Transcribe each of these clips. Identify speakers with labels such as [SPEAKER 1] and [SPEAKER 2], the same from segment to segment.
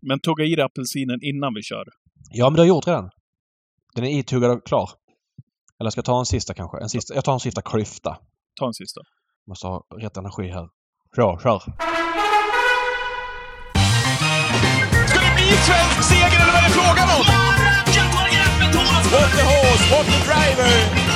[SPEAKER 1] Men tugga i dig apelsinen innan vi kör.
[SPEAKER 2] Ja, men det har jag gjort redan. Den är ituggad och klar. Eller ska jag ta en sista kanske? Jag tar en sista klyfta.
[SPEAKER 1] Ta en sista.
[SPEAKER 2] Måste ha rätt energi här. Kör.
[SPEAKER 3] Ska det bli svensk seger eller vad är det frågan om? What the horse, what the driver!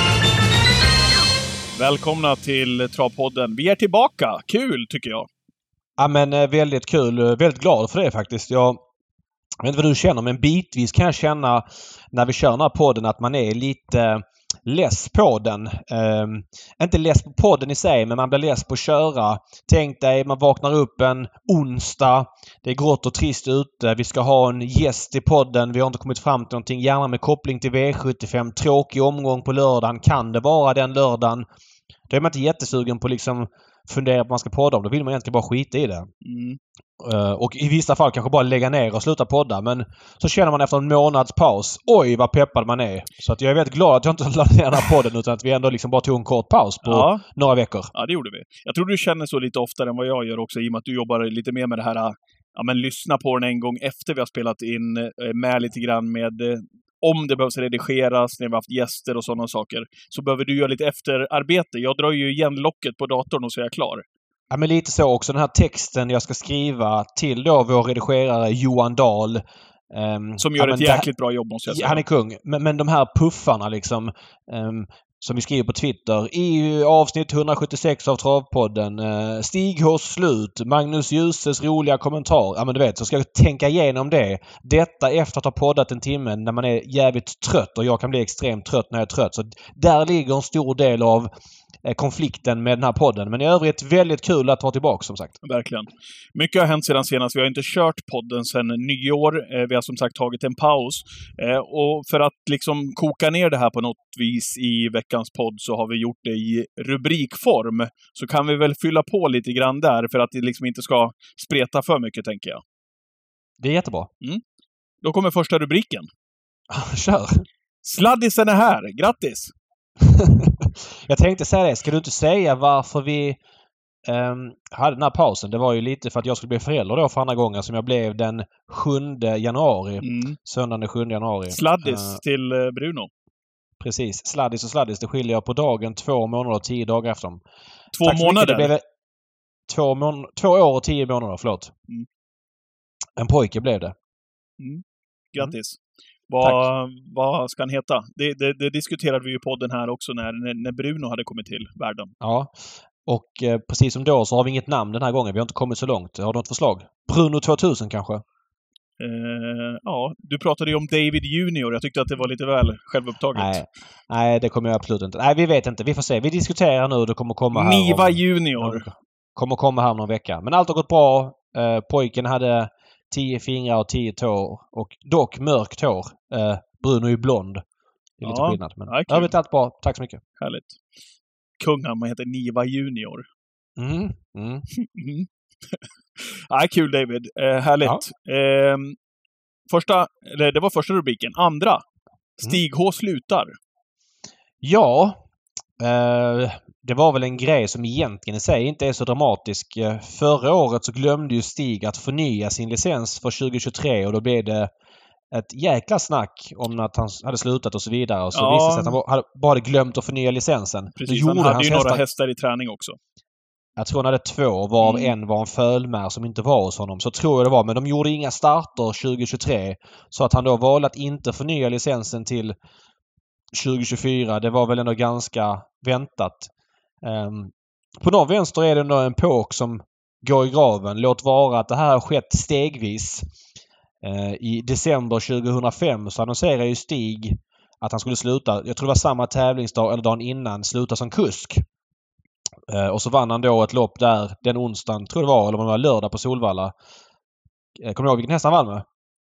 [SPEAKER 1] Välkomna till Travpodden. Vi är tillbaka. Kul tycker jag.
[SPEAKER 2] Ja, men väldigt kul. Väldigt glad för det faktiskt. Jag vet inte vad du känner, men bitvis kan jag känna när vi kör den här podden att man är lite less på den. Inte less på podden i sig, men man blir less på att köra. Tänk dig, man vaknar upp en onsdag. Det är grått och trist ute. Vi ska ha en gäst i podden. Vi har inte kommit fram till någonting. Gärna med koppling till V75. Tråkig omgång på lördagen. Kan det vara den lördagen? Då är man inte jättesugen på liksom fundera på vad man ska podda om. Då vill man egentligen bara skita i det. Och i vissa fall kanske bara lägga ner och sluta podda. Men så känner man efter en månads paus. Oj, vad peppad man är. Så att jag är väldigt glad att jag inte lade ner den här podden utan att vi ändå liksom bara tog en kort paus på några veckor.
[SPEAKER 1] Ja, det gjorde vi. Jag tror du känner så lite oftare än vad jag gör också i och med att du jobbar lite mer med det här. Ja, men lyssna på den en gång efter vi har spelat in med lite grann med om det behövs redigeras, när vi har haft gäster och sådana saker, så behöver du göra lite efterarbete. Jag drar ju igen locket på datorn och så är jag klar.
[SPEAKER 2] Ja, men lite så också. Den här texten jag ska skriva till då vår redigerare Johan Dahl.
[SPEAKER 1] Som gör ett jäkligt bra jobb måste jag säga.
[SPEAKER 2] Han är kung. Men de här puffarna liksom som vi skriver på Twitter. I avsnitt 176 av Travpodden. Stig Hs slut. Magnus Djurses roliga kommentar. Ja, men du vet, så ska jag tänka igenom det. Detta efter att ha poddat en timme när man är jävligt trött. Och jag kan bli extremt trött när jag är trött. Så där ligger en stor del av konflikten med den här podden. Men i övrigt väldigt kul att vara tillbaka som sagt.
[SPEAKER 1] Verkligen. Mycket har hänt sedan senast. Vi har inte kört podden sedan nyår. Vi har som sagt tagit en paus. Och för att liksom koka ner det här på något vis i veckans podd så har vi gjort det i rubrikform. Så kan vi väl fylla på lite grann där för att det liksom inte ska spreta för mycket, tänker jag.
[SPEAKER 2] Det är jättebra.
[SPEAKER 1] Då kommer första rubriken.
[SPEAKER 2] Kör!
[SPEAKER 1] Sladdisen är här. Grattis!
[SPEAKER 2] Jag tänkte säga det. Ska du inte säga varför vi hade den här pausen? Det var ju lite för att jag skulle bli förälder då för andra gången som jag blev den 7 januari. Söndagen den 7 januari.
[SPEAKER 1] Sladdis till Bruno.
[SPEAKER 2] Precis. Sladdis och sladdis. Det skiljer jag på dagen 2 månader och 10 dagar efter dem.
[SPEAKER 1] 2 månader?
[SPEAKER 2] Det blev 2 år och 10 månader, förlåt. En pojke blev det.
[SPEAKER 1] Grattis. Vad ska han heta? Det diskuterade vi ju i podden här också när Bruno hade kommit till världen.
[SPEAKER 2] Ja, och precis som då så har vi inget namn den här gången. Vi har inte kommit så långt. Har du något förslag? Bruno 2000 kanske?
[SPEAKER 1] Ja, du pratade ju om David Junior. Jag tyckte att det var lite väl självupptaget.
[SPEAKER 2] Nej, det kommer jag absolut inte. Nej, vi vet inte. Vi får se. Vi diskuterar nu. Det kommer komma här.
[SPEAKER 1] Niva Junior.
[SPEAKER 2] Kommer komma här om någon vecka. Men allt har gått bra. Pojken hade 10 fingrar och 10 tår. Och dock mörkt hår. Bruno är blond. Det är lite skillnad. Men jag vet allt bra. Tack så mycket.
[SPEAKER 1] Härligt. Kungen, man heter Niva Junior. Kul David. Härligt. Ja. Det var första rubriken. Andra. Stig H slutar.
[SPEAKER 2] Ja. Det var väl en grej som egentligen i sig inte är så dramatisk. Förra året så glömde ju Stig att förnya sin licens för 2023 och då blev det ett jäkla snack om att han hade slutat och så vidare. Och så visade det sig att han bara hade glömt att förnya licensen.
[SPEAKER 1] Precis, han hade ju några hästar i träning också.
[SPEAKER 2] Jag tror han hade 2, varav en var en fölmär som inte var hos honom. Så tror jag det var. Men de gjorde inga starter 2023. Så att han då valde att inte förnya licensen till 2024. Det var väl ändå ganska väntat. På någon vänster är det ändå en epok som går i graven. Låt vara att det här har skett stegvis. I december 2005 så annonserade ju Stig att han skulle sluta. Jag tror det var samma tävlingsdag eller dagen innan sluta som kusk. Och så vann han då ett lopp där den onsdagen, tror det var, eller om det var lördag på Solvalla. Kommer du ihåg vilken häst han vann med?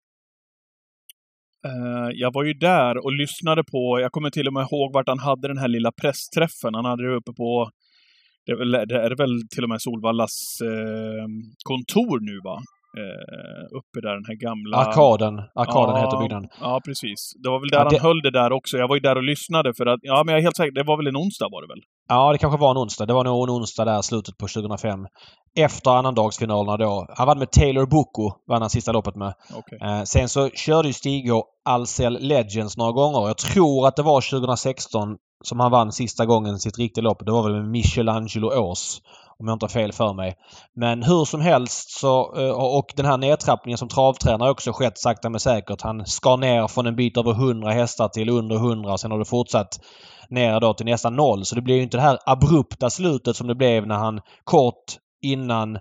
[SPEAKER 1] Jag var ju där och lyssnade på, jag kommer till och med ihåg vart han hade den här lilla pressträffen. Han hade det uppe på, det är väl till och med Solvallas kontor nu va? uppe där, den här gamla...
[SPEAKER 2] Arkaden heter byggnaden.
[SPEAKER 1] Ja, precis. Det var väl där han höll det där också. Jag var ju där och lyssnade för att... Ja, men jag är helt säker. Det var väl en onsdag var det väl?
[SPEAKER 2] Ja, det kanske var en onsdag. Det var nog en onsdag där, slutet på 2005. Efter annandagsfinalerna då. Han vann med Taylor Bucco, vann han sista loppet med.
[SPEAKER 1] Okay.
[SPEAKER 2] Sen så körde ju Stig och Ahlsell Legends några gånger. Jag tror att det var 2016 som han vann sista gången sitt riktiga lopp. Det var väl med Michelangelo Ås, om jag inte har fel för mig. Men hur som helst så, och den här nedtrappningen som travtränare också skett sakta men säkert. Han skar ner från en bit över 100 hästar till under 100 och sen har det fortsatt ner då till nästan 0. Så det blev ju inte det här abrupta slutet som det blev när han kort innan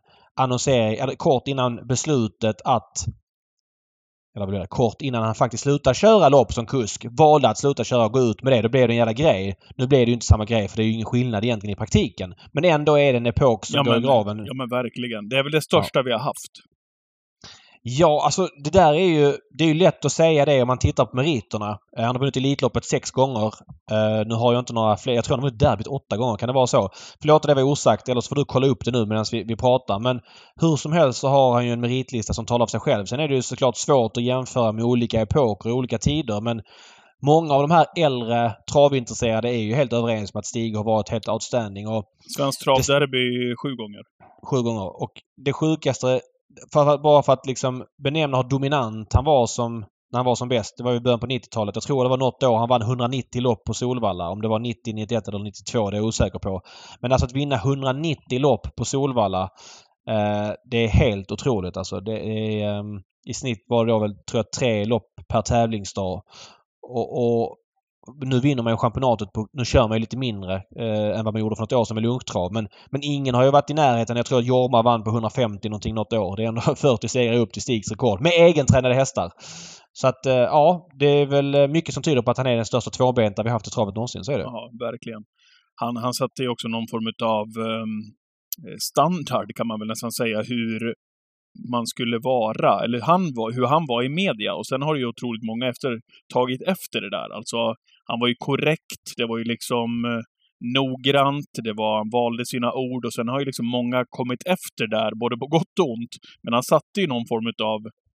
[SPEAKER 2] beslutet att, eller vad blir det, kort innan han faktiskt slutade köra lopp som kusk, valde att sluta köra och gå ut med det. Då blev det en jävla grej. Nu blev det ju inte samma grej för det är ju ingen skillnad egentligen i praktiken. Men ändå är det en epok som går i graven.
[SPEAKER 1] Ja men verkligen. Det är väl det största vi har haft.
[SPEAKER 2] Ja, alltså det där det är ju lätt att säga det om man tittar på meriterna. Han har vunnit Elitloppet 6 gånger. Nu har jag inte några fler. Jag tror han har vunnit derbyt 8 gånger. Kan det vara så? Förlåt det var osagt, eller så får du kolla upp det nu medan vi pratar. Men hur som helst så har han ju en meritlista som talar för sig själv. Sen är det ju såklart svårt att jämföra med olika epoker och olika tider. Men många av de här äldre travintresserade är ju helt överens med att Stig har varit helt outstanding. Och
[SPEAKER 1] Svensk travderby 7 gånger.
[SPEAKER 2] 7 gånger. Och det sjukaste, bara för att liksom benämna hur dominant han var när han var som bäst. Det var i början på 90-talet. Jag tror det var något år han vann 190 lopp på Solvalla. Om det var 90, 91 eller 92, det är jag osäker på. Men alltså att vinna 190 lopp på Solvalla, det är helt otroligt. Alltså det är, i snitt var det då väl, tror jag, 3 lopp per tävlingsdag. Och nu vinner man ju championatet nu kör man ju lite mindre än vad man gjorde för något år sedan med lungtrav. Men ingen har ju varit i närheten. Jag tror att Jorma vann på 150 någonting något år. Det är ändå 40 segrar upp till Stigs rekord. Med egentränade hästar. Så att ja, det är väl mycket som tyder på att han är den största tvåbenta vi haft i travet någonsin. Så är det.
[SPEAKER 1] Ja, verkligen. Han satte ju också någon form av standard kan man väl nästan säga, hur man skulle vara, eller hur han var i media. Och sen har ju otroligt många tagit efter det där. Alltså, han var ju korrekt, det var ju liksom noggrant, han valde sina ord och sen har ju liksom många kommit efter där, både på gott och ont. Men han satte ju någon form av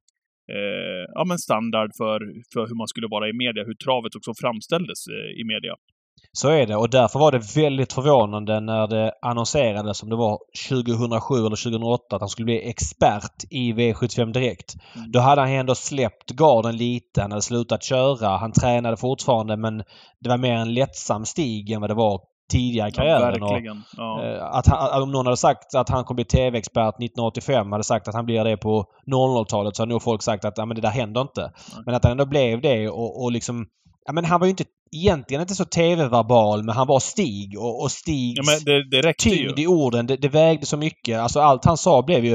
[SPEAKER 1] standard för hur man skulle vara i media, hur travet också framställdes i media.
[SPEAKER 2] Så är det, och därför var det väldigt förvånande när det annonserades, som det var 2007 eller 2008, att han skulle bli expert i V75 Direkt. Då hade han ändå släppt garden lite, han hade slutat köra, han tränade fortfarande, men det var mer en lättsam stig än vad det var tidigare i karriären.
[SPEAKER 1] Ja, verkligen.
[SPEAKER 2] Ja. Om någon hade sagt att han kommer bli TV-expert 1985, hade sagt att han blir det på 00-talet, så hade nog folk sagt att men det där händer inte. Nej. Men att han ändå blev det och liksom... Ja, men han var ju egentligen inte så TV-verbal, men han var Stig och Stigs tyngd i orden, det vägde så mycket. Alltså allt han sa blev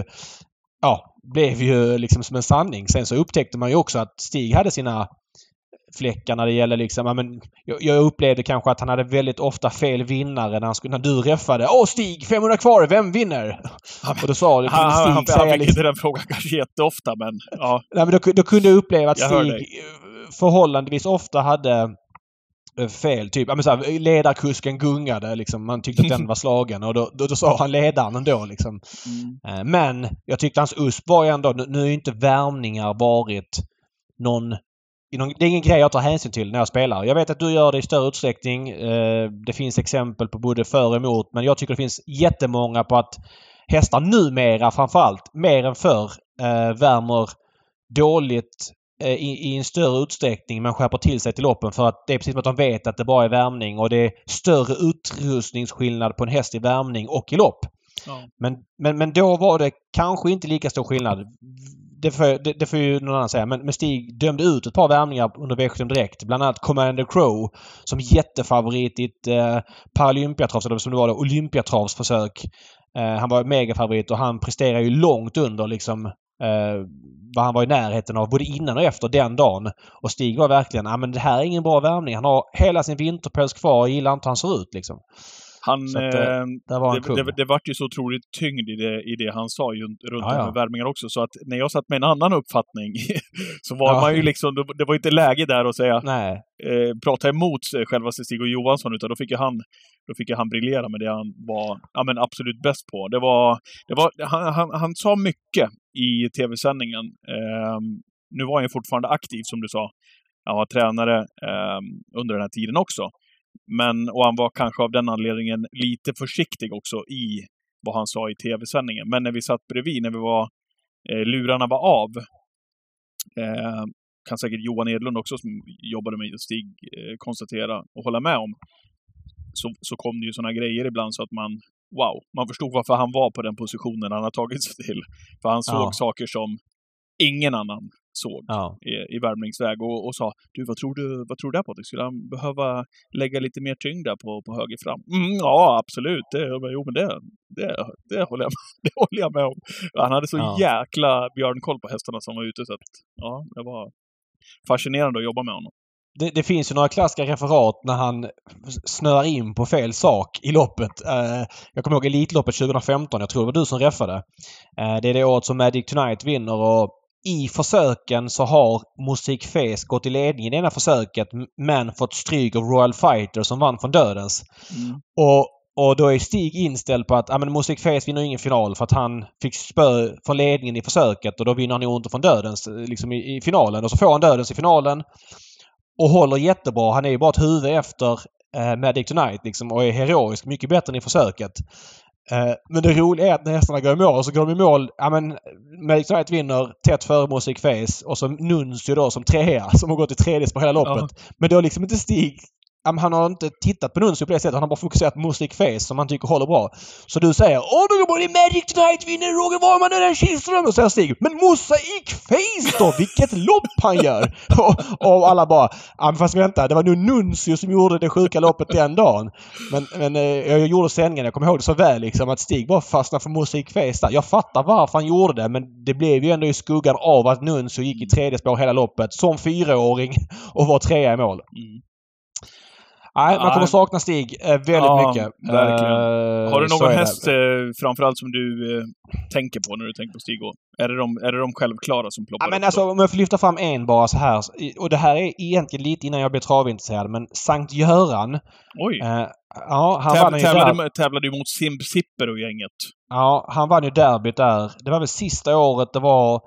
[SPEAKER 2] ju liksom som en sanning. Sen så upptäckte man ju också att Stig hade sina fläckar när det gäller liksom, jag upplevde kanske att han hade väldigt ofta fel vinnare när du räffade. Stig, 500 kvar, vem vinner? Och då sa
[SPEAKER 1] han fick inte den frågan kanske jätteofta, men ja.
[SPEAKER 2] Nej, men då kunde jag uppleva att Stig förhållandevis ofta hade fel. Typ, ledarkusken gungade liksom. Man tyckte att den var slagen och då sa han ledaren ändå liksom. Men jag tyckte hans USP var ändå, nu är ju inte värmningar varit det är ingen grej jag tar hänsyn till när jag spelar. Jag vet att du gör det i större utsträckning. Det finns exempel på både för och emot, men jag tycker det finns jättemånga på att hästar numera framförallt, mer än förr, värmer dåligt i en större utsträckning, men skärper till sig till loppen, för att det är precis som att de vet att det bara är värmning och det är större utrustningsskillnad på en häst i värmning och i lopp. Ja. Men då var det kanske inte lika stor skillnad. Det får ju någon annan säga. Men Stig dömde ut ett par värmningar under V75 Direkt. Bland annat Commander Crow som jättefavorit i ett Paralympiatravs, eller som det var då, Olympiatravsförsök. Han var megafavorit och han presterar ju långt under liksom vad han var i närheten av både innan och efter den dagen. Och Stig var verkligen, men det här är ingen bra värmning. Han har hela sin vinterpäls kvar och gillar inte hur han ser ut liksom.
[SPEAKER 1] Det var ju så otroligt tyngd i det han sa runt med värmningar också, så att när jag satt med en annan uppfattning så var man ju liksom, det var inte läge där att säga prata emot själva Stig och Johansson, utan då fick han briljera med det han var absolut bäst på. Han sa mycket i tv-sändningen. Nu var han ju fortfarande aktiv, som du sa. Han var tränare under den här tiden också. Och han var kanske av den anledningen lite försiktig också i vad han sa i tv-sändningen. Men när vi satt bredvid, när vi var lurarna var av, kan säkert Johan Edlund också, som jobbade med Stig, konstatera och hålla med om, så kom det ju såna grejer ibland så att man förstod varför han var på den positionen han har tagit sig till. För han såg saker som ingen annan såg i värmningsväg och sa, du, vad tror du där på? Skulle han behöva lägga lite mer tyngd där på höger fram? Ja, absolut. Det håller jag med om. Han hade så jäkla björnkoll på hästarna som var ute, så att det var fascinerande att jobba med honom.
[SPEAKER 2] Det finns ju några klassiska referat när han snör in på fel sak i loppet. Jag kommer ihåg Elitloppet 2015. Jag tror det var du som reffade. Det är det året som Magic Tonight vinner, och i försöken så har Musik Fes gått i ledning i det ena försöket, men fått stryk av Royal Fighter som vann från Dödens. Och då är Stig inställd på att Musik Fes vinner ingen final för att han fick spö från ledningen i försöket, och då vinner han ju inte från Dödens liksom i finalen. Och så får han Dödens i finalen och håller jättebra. Han är ju bara ett huvud efter Magic Tonight liksom, och är heroisk, mycket bättre än i försöket. Men det roliga är att när hästarna går i mål, så går de i mål, Magic Tonight vinner tätt före Music Face, och så Nuncio då som trea, som har gått i tredje på hela loppet. Men då liksom inte Stig, han har inte tittat på Nuncio på det sättet, han har bara fokuserat på Music Face som han tycker håller bra. Så du säger, då går både Magic Tonight vinner, Roger Warman och den Kihlström, och säger Stig, men Mosaic Face då, vilket lopp han gör! och alla bara, fast vänta, det var nu Nuncio som gjorde det sjuka loppet den dagen. Men jag gjorde sändningen, jag kommer ihåg det så väl liksom, att Stig bara fastnade för Music Face där. Jag fattar varför han gjorde det, men det blev ju ändå i skuggan av att Nuncio gick i tredje spår hela loppet som 4-åring och var trea i mål. Nej, man kommer sakna Stig väldigt mycket.
[SPEAKER 1] Verkligen. Har du någon häst framförallt som du tänker på när du tänker på Stig? Är det de självklara som ploppar upp?
[SPEAKER 2] Men alltså, om jag får lyfta fram en bara så här. Och det här är egentligen lite innan jag blev travintresserad. Men Sankt Göran.
[SPEAKER 1] Oj.
[SPEAKER 2] Han
[SPEAKER 1] tävlade ju mot Sipper och gänget.
[SPEAKER 2] Ja, han vann ju derbyt där. Det var väl sista året det var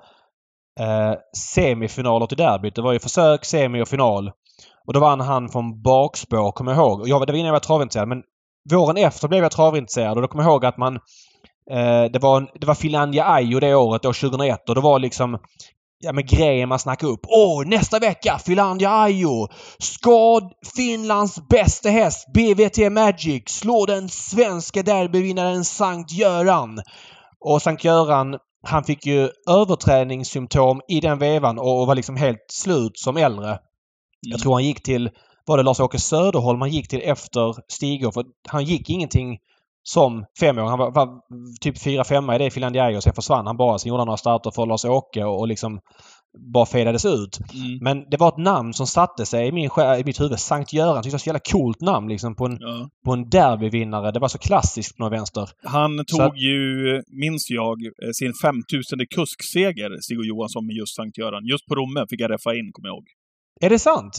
[SPEAKER 2] semifinaler till derbyt. Det var ju försök, semi och final. Och då vann han från bakspår, kommer jag ihåg. Det var innan jag var travintresserad, men våren efter blev jag travintresserad, och då kommer jag ihåg att det var Finlandia Ajo det året, då 2001, och det var liksom med grejer man snackade upp. Nästa vecka Finlandia Ajo! Ska Finlands bästa häst BVT Magic slå den svenska derbyvinnaren Sankt Göran? Och Sankt Göran, han fick ju överträningssymptom i den vevan och var liksom helt slut som äldre. Jag tror han gick till, var det Lars-Åke Söderholm han gick till efter Stigå, för han gick ingenting som 5-åring. Han var typ 4-5 i det Finlandia Ajo, och sen försvann han bara. Sen gjorde han några starter för Lars-Åke och liksom bara fedades ut. Men det var ett namn som satte sig i mitt huvud. Sankt Göran, tyckte jag var så jävla coolt namn liksom på en derbyvinnare. Det var så klassiskt på någon vänster.
[SPEAKER 1] Han tog minns jag, sin 5000 kuskseger, Stig och Johansson, med just Sankt Göran. Just på Romme fick jag reffa in, kommer jag ihåg.
[SPEAKER 2] Är det sant?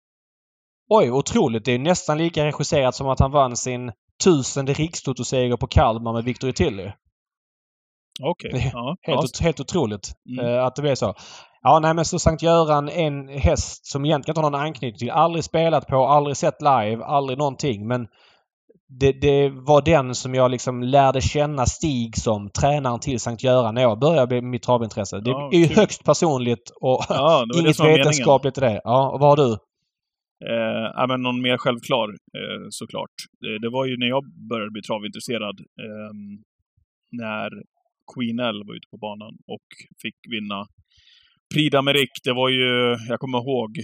[SPEAKER 2] Oj, otroligt. Det är nästan lika regisserat som att han vann sin 1000:e rikstotoseger på Kalmar med Victor Tilly.
[SPEAKER 1] Okej.
[SPEAKER 2] Helt otroligt att det blev så. Ja, nej, men så Sankt Göran, en häst som egentligen inte har någon anknytning till. Aldrig spelat på, aldrig sett live, aldrig någonting. Men det var den som jag liksom lärde känna Stig som tränaren till Sankt Göran när jag började med mitt travintresse. Det är ju högst personligt och inget vetenskapligt i det. Ja, och vad har du?
[SPEAKER 1] Men någon mer självklar, såklart. Det var ju när jag började bli travintresserad, när Queen L var ute på banan och fick vinna Prix d'Amérique. Det var ju, jag kommer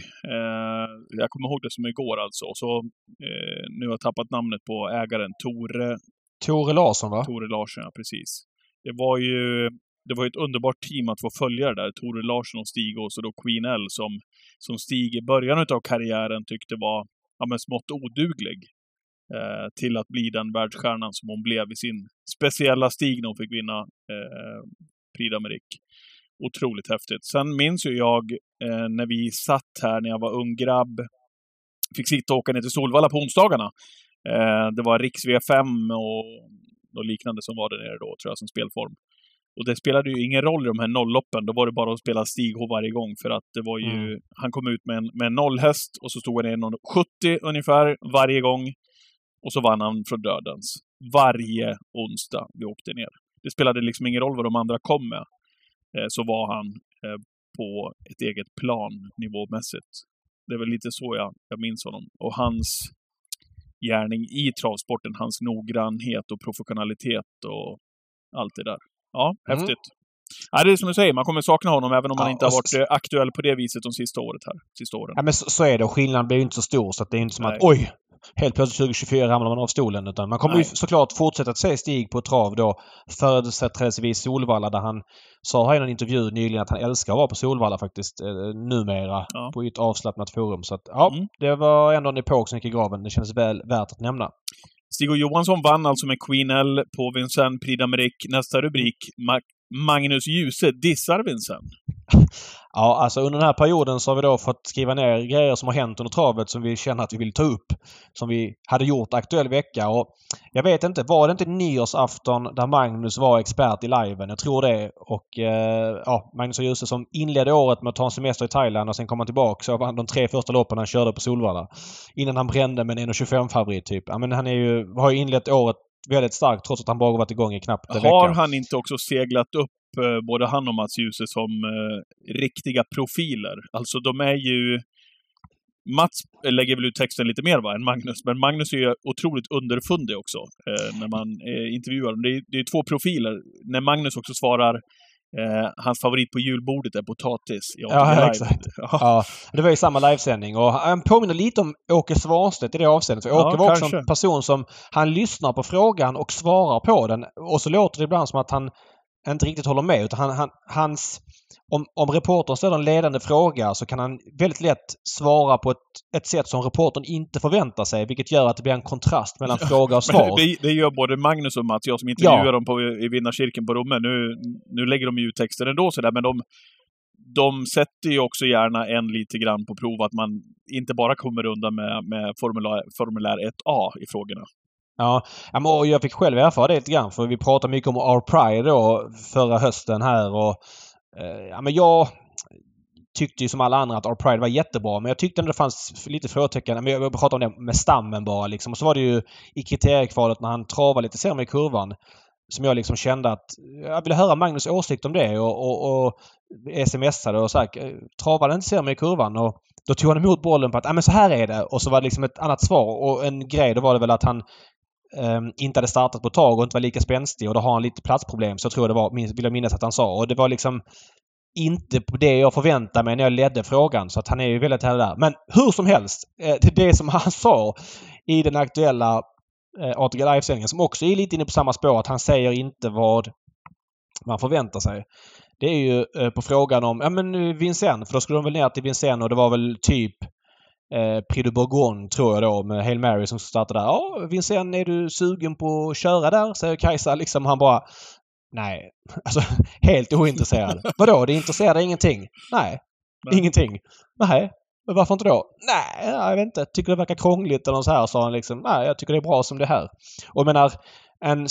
[SPEAKER 1] ihåg det som igår alltså. Och så nu har jag tappat namnet på ägaren,
[SPEAKER 2] Tore Larsson, va?
[SPEAKER 1] Tore Larsson, ja, precis. Det var ju ett underbart team att få följa det där. Tore Larsson och Stig, och så då Queen L som Stig i början av karriären tyckte var smått oduglig till att bli den världsstjärnan som hon blev i sin speciella stig när hon fick vinna Prix d'Amérique. Otroligt häftigt. Sen minns ju jag när vi satt här när jag var ung grabb, fick sitta och åka ner till Solvalla på onsdagarna. Det var Riks V5 och liknande som var där nere då, tror jag, som spelform. Och det spelade ju ingen roll i de här nollloppen. Då var det bara att spela Stig H varje gång. För att det var ju... Han kom ut med en nollhäst och så stod han i 1,70 ungefär varje gång. Och så vann han från dödens. Varje onsdag vi åkte ner. Det spelade liksom ingen roll vad de andra kom med. Så var han på ett eget plan nivåmässigt. Det är väl lite så jag minns honom. Och hans gärning i travsporten, hans noggrannhet och professionalitet och allt det där. Ja, häftigt. Ja, det är som du säger, man kommer sakna honom även om han inte har varit aktuell på det viset de sista åren.
[SPEAKER 2] Ja, men så är det. Och skillnaden blir ju inte så stor så att det är inte som att oj, helt plötsligt 2024 ramlar man av stolen. Utan man kommer ju såklart fortsätta att se Stig på trav då. Företrädesvis Solvalla där han sa här i en intervju nyligen att han älskar att vara på Solvalla faktiskt numera på ett avslappnat forum. Så att det var ändå en epok som gick i graven. Det känns väl värt att nämna.
[SPEAKER 1] Stig och Johansson vann alltså med Queen L på Vincennes Prix d'Amérique. Nästa rubrik, Magnus Djuse dissar Vincennes.
[SPEAKER 2] Ja, alltså under den här perioden så har vi då fått skriva ner grejer som har hänt under travet som vi känner att vi vill ta upp. Som vi hade gjort aktuell vecka. Och jag vet inte, var det inte nyårsafton där Magnus var expert i liven? Jag tror det. Och Magnus och Djuse som inledde året med att ta en semester i Thailand och sen kom han tillbaka. Så vann de 3 första loppen han körde på Solvalla. Innan han brände med en 1,25-favorit typ. Ja, men han har ju inlett året väldigt starkt trots att han bara varit igång i knappt en vecka.
[SPEAKER 1] Har han inte också seglat upp både han och Mats Djuse som riktiga profiler? Alltså de är ju... Mats lägger väl ut texten lite mer än Magnus. Men Magnus är ju otroligt underfundig också när man intervjuar dem. Det är 2 profiler. När Magnus också svarar hans favorit på julbordet är potatis.
[SPEAKER 2] Ja, exakt. Ja, det var ju samma livesändning. Och han påminner lite om Åke Svarstedt i det avseendet. För Åke var också en person som han lyssnar på frågan och svarar på den. Och så låter det ibland som att han inte riktigt håller med. Utan om reportern ställer en ledande fråga så kan han väldigt lätt svara på ett sätt som reportern inte förväntar sig. Vilket gör att det blir en kontrast mellan fråga och svar.
[SPEAKER 1] Det gör både Magnus och Mats. Jag som intervjuar dem i Vinnarkirken på Romme. Nu lägger de ju ut texten ändå sådär. Men de sätter ju också gärna en lite grann på prov att man inte bara kommer undan med formulär 1A i frågorna.
[SPEAKER 2] Ja, och jag fick själv erfara det lite grann för vi pratade mycket om Our Pride då förra hösten här och men jag tyckte ju som alla andra att Our Pride var jättebra men jag tyckte ändå det fanns lite frågetecken. Men jag pratade om det med stammen bara liksom. Och så var det ju i kriteriekvalet när han travade lite sämre i kurvan som jag liksom kände att jag ville höra Magnus åsikt om det och smsade och sagt travade inte sämre i kurvan och då tog han emot bollen på att men så här är det och så var det liksom ett annat svar och en grej då var det väl att han inte hade startat på tag och inte var lika spänstig och då har han lite platsproblem så jag tror det var, vill jag minnas att han sa och det var liksom inte på det jag förväntade mig när jag ledde frågan så att han är ju väldigt här där. Men hur som helst, det som han sa i den aktuella ATG Live-sändningen som också är lite inne på samma spår att han säger inte vad man förväntar sig. Det är ju på frågan om Vincennes, för då skulle de väl ner till Vincennes och det var väl typ Prix de Bourgogne tror jag då med Hail Mary som startade där. Ja, Vincennes, är du sugen på att köra där? Säger Kajsa liksom. Han bara nej, alltså helt ointresserad. Vadå? Det intresserar ingenting? Nej, ingenting. Nej, men varför inte då? Nej, jag vet inte. Tycker det verkar krångligt eller så här, sa han liksom. Nej, jag tycker det är bra som det här. Och jag menar, en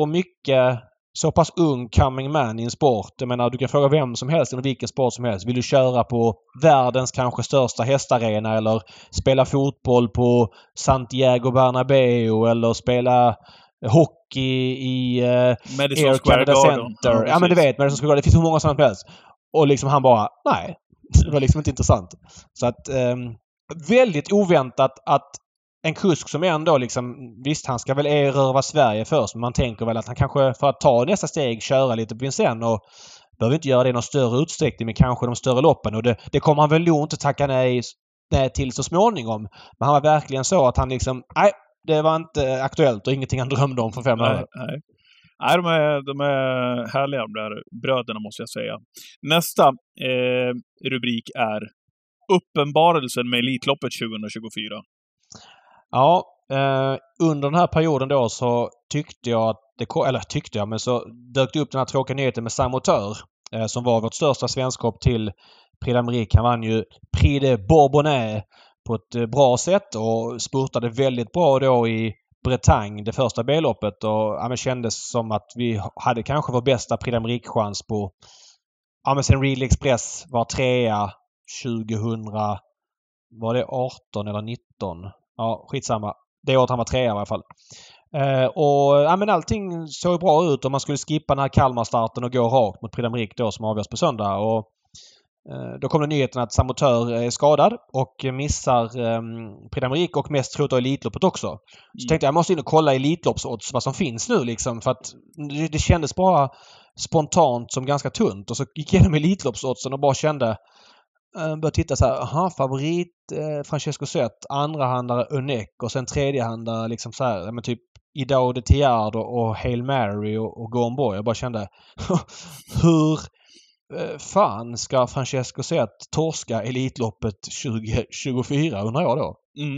[SPEAKER 2] så pass ung coming man i en sport. Jag menar, du kan fråga vem som helst inom vilken sport som helst. Vill du köra på världens kanske största hästarena eller spela fotboll på Santiago Bernabéu eller spela hockey i
[SPEAKER 1] Madison Square Garden.
[SPEAKER 2] Ja, men du vet, Madison Square Garden. Det finns hur många som helst. Och liksom han bara, nej. Det var liksom inte intressant. Så att väldigt oväntat att en kusk som ändå liksom, visst han ska väl erövra Sverige först men man tänker väl att han kanske för att ta nästa steg köra lite på Vincennes och behöver inte göra det i någon större utsträckning men kanske de större loppen och det kommer han väl nog inte tacka nej till så småningom. Men han var verkligen så att han liksom, nej det var inte aktuellt och ingenting han drömde om för 5 år.
[SPEAKER 1] Nej, de är härliga de där bröderna måste jag säga. Nästa rubrik är uppenbarelsen med Elitloppet 2024.
[SPEAKER 2] Ja, under den här perioden då så tyckte jag att men så dök det upp den här tråkiga nyheten med Samotör som var vårt största svenskhopp till Prix d'Amérique. Han vann ju Prix de Bourbonnais på ett bra sätt och spurtade väldigt bra då i Bretagne, det första B-loppet, och kändes som att vi hade kanske vår bästa Prix d'Amérique-chans på sen Real Express var trea 2000, var det 18 eller 19? Ja, skitsamma. Det året han var trea i alla fall. Allting såg bra ut om man skulle skippa den här Kalmar-starten och gå rakt mot Prix d'Amérique då som avgörs på söndag. Och då kom det nyheten att Samotör är skadad och missar Prix d'Amérique och mest troligt Elitloppet också. Så tänkte jag måste in och kolla Elitloppsodds vad som finns nu liksom, för att det kändes bara spontant som ganska tunt. Och så gick jag igenom Elitloppsoddsen och bara kände började titta så här, favorit Francesco Zet, andrahandare Unek och sen tredjehandare liksom så här, men typ Idao de Tiard och Hail Mary och Gone Boy. Jag bara kände hur fan ska Francesco Zet torska Elitloppet 2024 undrar jag då.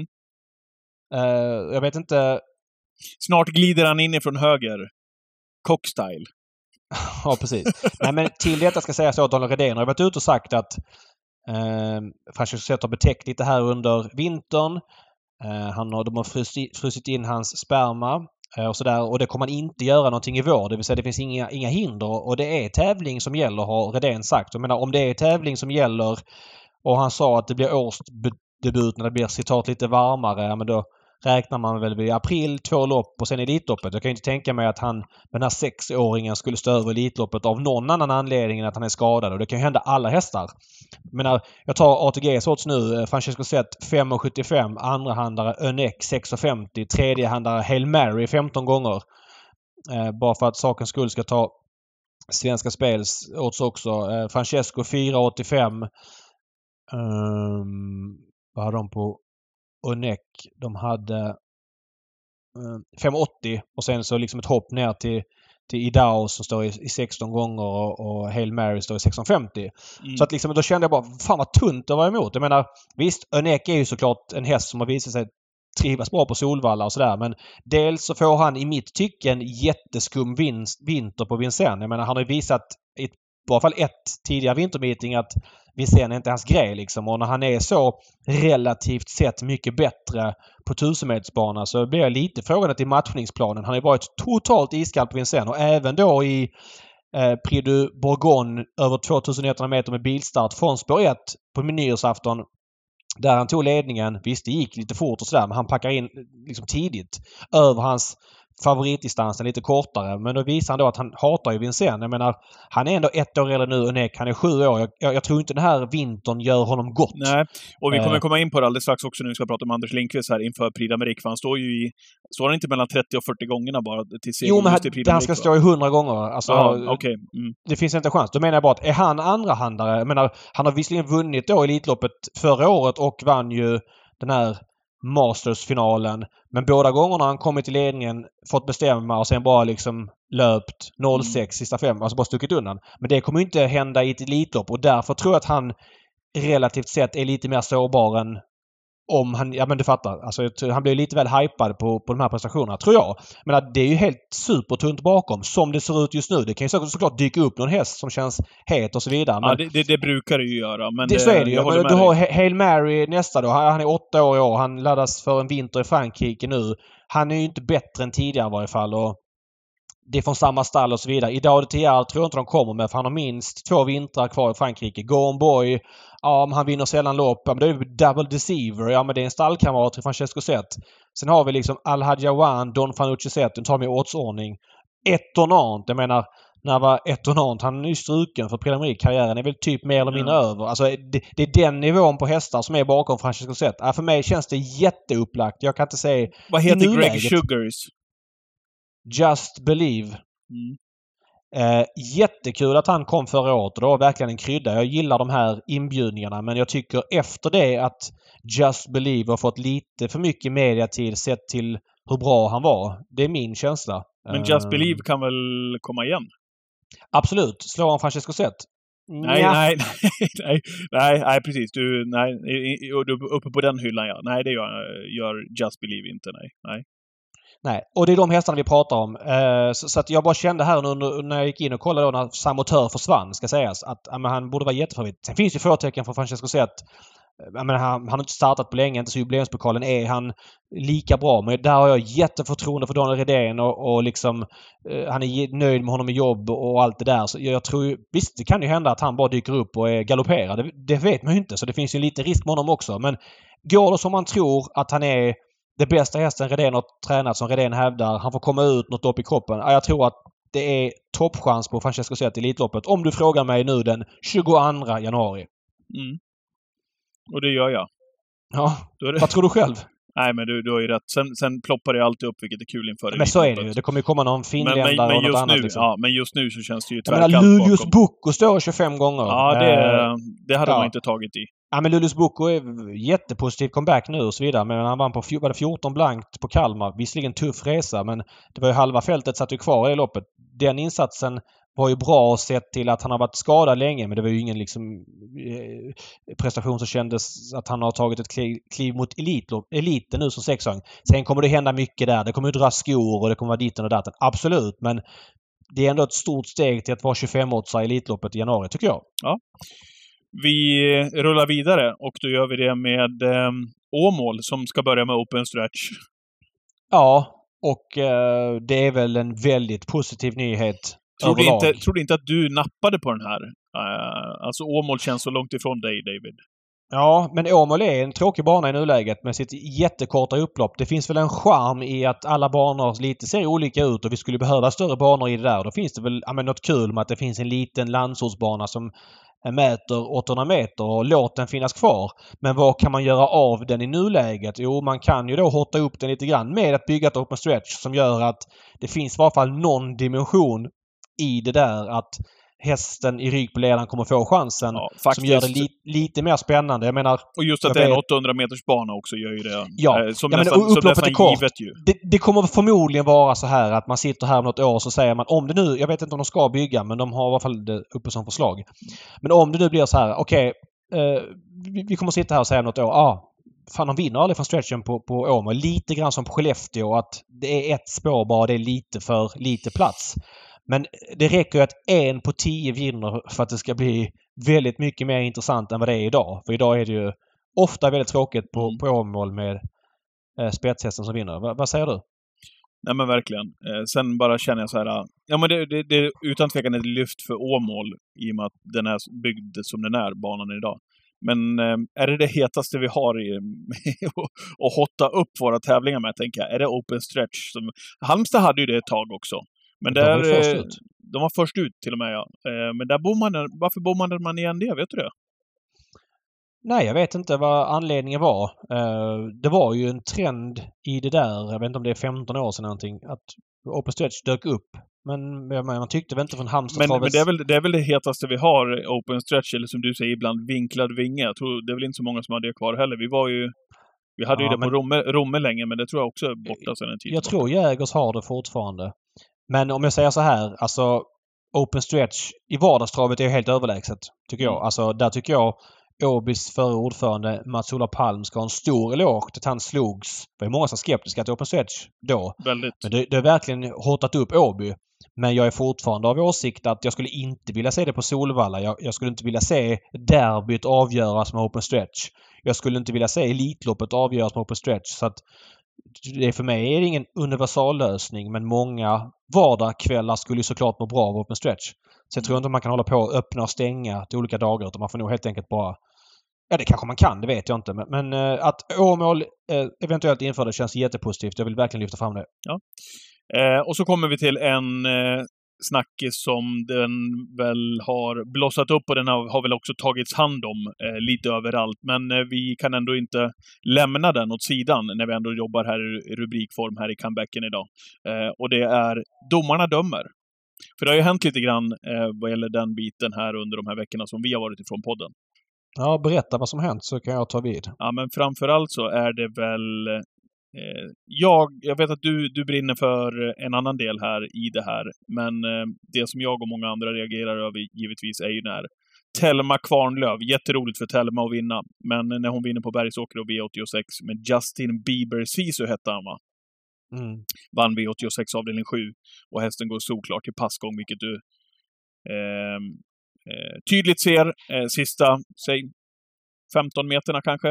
[SPEAKER 2] Jag vet inte.
[SPEAKER 1] Snart glider han in ifrån höger. Cockstyle.
[SPEAKER 2] Ja, precis. Nej, men till detta ska säga så att Daniel Redén har varit ute och sagt att Francesco Zet har betäckt det här under vintern. De har frusit in hans sperma och sådär, och det kommer man inte göra någonting i vår. Det vill säga det finns inga hinder och det är tävling som gäller, har Redén sagt. Jag menar, om det är tävling som gäller och han sa att det blir årsdebut när det blir citat lite varmare, men då räknar man väl vid april 2 lopp och sen Elitloppet. Jag kan inte tänka mig att den här 6-åringen skulle stå över Elitloppet av någon annan anledning än att han är skadad. Och det kan ju hända alla hästar. Men jag tar ATGs odds nu. Francesco Zet 5,75. Andrahandare Önek 6,50. Tredjehandare Hail Mary 15 gånger. Bara för att sakens skull ska ta Svenska Spels odds också. Francesco 4,85. Vad har de på Unek? De hade 5,80 och sen så liksom ett hopp ner till Idao som står i 16 gånger och Hail Mary står i 6,50. Så att liksom, då kände jag bara, fan vad tunt det var emot. Jag menar, visst, Unek är ju såklart en häst som har visat sig trivas bra på Solvalla och sådär, men dels så får han i mitt tycke en jätteskum vinter på Vincennes. Jag menar, han har ju visat i alla fall ett tidigare vintermeeting att Vincennes är inte hans grej liksom, och när han är så relativt sett mycket bättre på 1000-metersbana så blir jag lite frågande till matchningsplanen. Han har ju varit totalt iskall på Vincennes och även då i Prix du Bourgogne över 2100 meter med bilstart från spår 1 på nyårsafton där han tog ledningen. Visst, det gick lite fort och sådär, men han packar in liksom tidigt över hans favoritdistansen lite kortare. Men då visar han då att han hatar ju Vincennes. Jag menar, han är ändå 1 år äldre nu och Unek, han är 7 år. Jag tror inte den här vintern gör honom gott.
[SPEAKER 1] Nej, och vi kommer komma in på det alldeles strax också när vi ska prata om Anders Lindqvist här inför Prix d'Amérique. För han står han inte mellan 30 och 40 gångerna bara till seger?
[SPEAKER 2] Jo, men han ska stå i 100 gånger. Alltså,
[SPEAKER 1] okay.
[SPEAKER 2] Det finns inte en chans. Då menar jag bara att är han andrahandare? Jag menar, han har visserligen vunnit då Elitloppet förra året och vann ju den här Masters-finalen. Men båda gångerna han kommit till ledningen, fått bestämma och sen bara liksom löpt 0,6 sista 5. Alltså bara stuckit undan. Men det kommer inte hända i ett Elitlopp och därför tror jag att han relativt sett är lite mer sårbar än om han... Ja, men du fattar. Alltså, han blir lite väl hypad på de här prestationerna, tror jag. Men att det är ju helt supertunt bakom som det ser ut just nu. Det kan ju såklart dyka upp någon häst som känns het och så vidare. Men
[SPEAKER 1] ja, det brukar det ju göra. Men
[SPEAKER 2] så är det ju. Men du har Hail Mary nästa då. Han är 8 år i år. Han laddas för en vinter i Frankrike nu. Han är ju inte bättre än tidigare i varje fall. Och det är från samma stall och så vidare. Idao de Tiard tror jag inte de kommer med, för han har minst 2 vintrar kvar i Frankrike. Gone Boy, ja, men han vinner sällan lopp. Ja, men det är ju Double Deceiver. Ja, men det är en stallkamrat till Francesco Zet. Sen har vi liksom Al Hadjawan, Don Fanucci Zet. Nu tar vi oddsordning. Etonant. Jag menar, när var Etonant? Han är ju struken för Prix d'Amérique. Karriären är väl typ mer eller mindre över. Alltså, det är den nivån på hästar som är bakom Francesco Zet. Ja, för mig känns det jätteupplagt. Jag kan inte säga...
[SPEAKER 1] Vad heter Greg Sugars?
[SPEAKER 2] Just Believe. Jättekul att han kom förra året. Det var verkligen en krydda. Jag gillar de här inbjudningarna, men jag tycker efter det att Just Believe har fått lite för mycket mediatid sett till hur bra han var. Det är min känsla.
[SPEAKER 1] Men Just Believe kan väl komma igen?
[SPEAKER 2] Absolut. Slår han Francesco Zet?
[SPEAKER 1] Nej, precis. Du är uppe på den hyllan, ja. Nej, det gör Just Believe inte, nej.
[SPEAKER 2] Nej, och det är de hästarna vi pratar om. Så att jag bara kände här när jag gick in och kollade då när Samotör försvann, ska sägas, att han borde vara jättefavorit. Sen finns ju förtecken för Francesco Zet Jag menar, han har inte startat på länge, inte så jubileumspokalen är han lika bra. Men där har jag jätteförtroende för Daniel Redén och liksom han är nöjd med honom i jobb och allt det där. Så jag tror ju, visst det kan ju hända att han bara dyker upp och är galopperad. Det vet man ju inte, så det finns ju en liten risk med honom också. Men går det som man tror att han är det bästa hästen Redén har tränat, som Redén hävdar, han får komma ut något upp i kroppen. Jag tror att det är toppchans på Francesco Zet i Elitloppet. Om du frågar mig nu den 22 januari.
[SPEAKER 1] Mm. Och det gör jag.
[SPEAKER 2] Ja, vad tror du själv?
[SPEAKER 1] Nej, men du har ju rätt. Sen ploppar det alltid upp, vilket är kul inför det.
[SPEAKER 2] Men så är det ju. Det kommer ju komma någon finländare och något annat. Liksom.
[SPEAKER 1] Ja, men just nu så känns det ju tvärkallt bakom.
[SPEAKER 2] Lulius Bocco står 25 gånger.
[SPEAKER 1] Ja, det hade man inte tagit i.
[SPEAKER 2] Ja, men Lulius Bocco är jättepositiv comeback nu och så vidare. Men han vann på 14 blankt på Kalmar. Visserligen tuff resa, men det var ju halva fältet satt ju kvar i loppet. Den insatsen var ju bra sett till att han har varit skadad länge, men det var ju ingen liksom prestation som kändes att han har tagit ett kliv mot eliten nu som sexåring. Sen kommer det hända mycket där. Det kommer ju dra skor och det kommer vara ditten och datten. Absolut, men det är ändå ett stort steg till att vara 25-årsare i Elitloppet i januari, tycker jag.
[SPEAKER 1] Ja. Vi rullar vidare och då gör vi det med Åmål som ska börja med Open Stretch.
[SPEAKER 2] Ja, och det är väl en väldigt positiv nyhet.
[SPEAKER 1] Tror du inte att du nappade på den här? Alltså Åmål känns så långt ifrån dig, David.
[SPEAKER 2] Ja, men Åmål är en tråkig bana i nuläget med sitt jättekorta upplopp. Det finns väl en charm i att alla banor lite ser olika ut och vi skulle behöva större banor i det där. Då finns det väl något kul med att det finns en liten landsortsbana som mäter 800 meter och låt den finnas kvar. Men vad kan man göra av den i nuläget? Jo, man kan ju då hotta upp den lite grann med att bygga ett open stretch som gör att det finns i alla fall någon dimension i det där att hästen i rygg på ledaren kommer få chansen, som gör det lite mer spännande. Jag menar,
[SPEAKER 1] och just att det är en 800 meters bana också gör ju det.
[SPEAKER 2] Ja,
[SPEAKER 1] som
[SPEAKER 2] upploppet är kort.
[SPEAKER 1] Givet ju.
[SPEAKER 2] Det kommer förmodligen vara så här att man sitter här om något år och så säger man om det nu, jag vet inte om de ska bygga, men de har i alla fall det uppe som förslag. Men om det nu blir så här, okej, vi kommer sitta här och säga något år, fan de vinner aldrig från stretchen på Åmål. Lite grann som på Skellefteå, att det är ett spår bara, det är lite för lite plats. Men det räcker ju att 1 på 10 vinner för att det ska bli väldigt mycket mer intressant än vad det är idag. För idag är det ju ofta väldigt tråkigt på Åmål med spetshästen som vinner. Vad säger du?
[SPEAKER 1] Nej men verkligen. Sen bara känner jag så här. Ja men det är utan tvekan ett lyft för Åmål i och med att den är byggd som den är, banan idag. Men är det hetaste vi har att hotta upp våra tävlingar med, tänker jag? Är det open stretch? Halmstad hade ju det ett tag också. Men där, de var först ut till och med, ja. Men där varför bommade man igen det? Vet du det?
[SPEAKER 2] Nej, jag vet inte vad anledningen var. Det var ju en trend i det där, jag vet inte om det är 15 år sedan någonting, att open stretch dök upp. Men man tyckte väl inte från Halmstad.
[SPEAKER 1] Men det är väl det hetaste vi har, open stretch, eller som du säger ibland vinklad vinge. Jag tror det är väl inte så många som har det kvar heller. Vi hade ju det på Romme länge, men det tror jag också är borta sedan en tid.
[SPEAKER 2] Jag tror Jägers har det fortfarande. Men om jag säger så här, alltså open stretch i vardagstravet är helt överlägset, tycker jag. Alltså där tycker jag Åbys förre ordförande Mats-Ola Palm ska ha en stor eloge att han slogs. Det var många som skeptiska till open stretch då.
[SPEAKER 1] Väldigt.
[SPEAKER 2] Men det har verkligen hotat upp Åby. Men jag är fortfarande av åsikt att jag skulle inte vilja se det på Solvalla. Jag skulle inte vilja se derbyt avgöras med open stretch. Jag skulle inte vilja se Elitloppet avgöras med open stretch. Så att för mig är det ingen universallösning, men många vardagskvällar skulle ju såklart må bra av open stretch. Så jag tror inte man kan hålla på och öppna och stänga till olika dagar, utan man får nog helt enkelt bara... Ja, det kanske man kan, det vet jag inte. Men att Åmål eventuellt införde känns jättepositivt. Jag vill verkligen lyfta fram det.
[SPEAKER 1] Ja. Och så kommer vi till en snackis som den väl har blossat upp, och den har väl också tagits hand om lite överallt. Men vi kan ändå inte lämna den åt sidan när vi ändå jobbar här i rubrikform här i comebacken idag. Och det är domarna dömer. För det har ju hänt lite grann vad gäller den biten här under de här veckorna som vi har varit ifrån podden.
[SPEAKER 2] Ja, berätta vad som hänt så kan jag ta vid.
[SPEAKER 1] Ja, men framförallt så är det väl... Jag vet att du brinner för en annan del här i det här, men det som jag och många andra reagerar över givetvis är ju när Telma Kvarnlöv, jätteroligt för Telma att vinna, men när hon vinner på Bergsåker och V86 med Justin Bieber Sisu hette han, va? Vann V86 avdelning 7 och hästen går såklart till passgång, vilket du tydligt ser. Sista, säg 15 meterna kanske.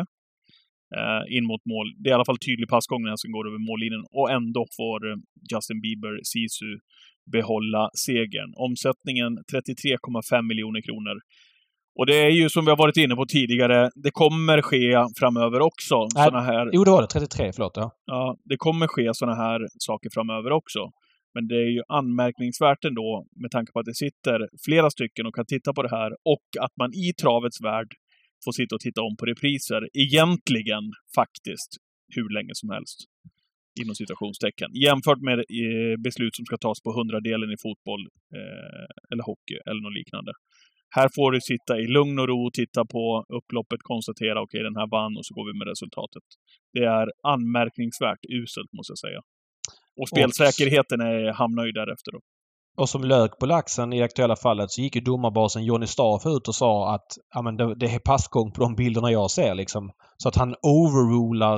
[SPEAKER 1] In mot mål. Det är i alla fall tydlig passgång när som går över mållinjen. Och ändå får Justin Bieber Sisu behålla segern. Omsättningen 33,5 miljoner kronor. Och det är ju som vi har varit inne på tidigare, det kommer ske framöver också. Såna här,
[SPEAKER 2] jo, det var det. 33, förlåt.
[SPEAKER 1] Ja, det kommer ske såna här saker framöver också. Men det är ju anmärkningsvärt ändå med tanke på att det sitter flera stycken och kan titta på det här. Och att man i travets värld får sitta och titta om på repriser. Egentligen faktiskt hur länge som helst. Inom citationstecken. Jämfört med beslut som ska tas på 100-delen i fotboll eller hockey eller något liknande. Här får du sitta i lugn och ro, titta på upploppet, konstatera okej, den här vann och så går vi med resultatet. Det är anmärkningsvärt uselt måste jag säga. Och spelsäkerheten hamnar ju därefter då. Och
[SPEAKER 2] som lök på laxen i det aktuella fallet så gick ju domarbasen Johnny Staff ut och sa att det är passgång på de bilderna jag ser liksom. Så att han overrular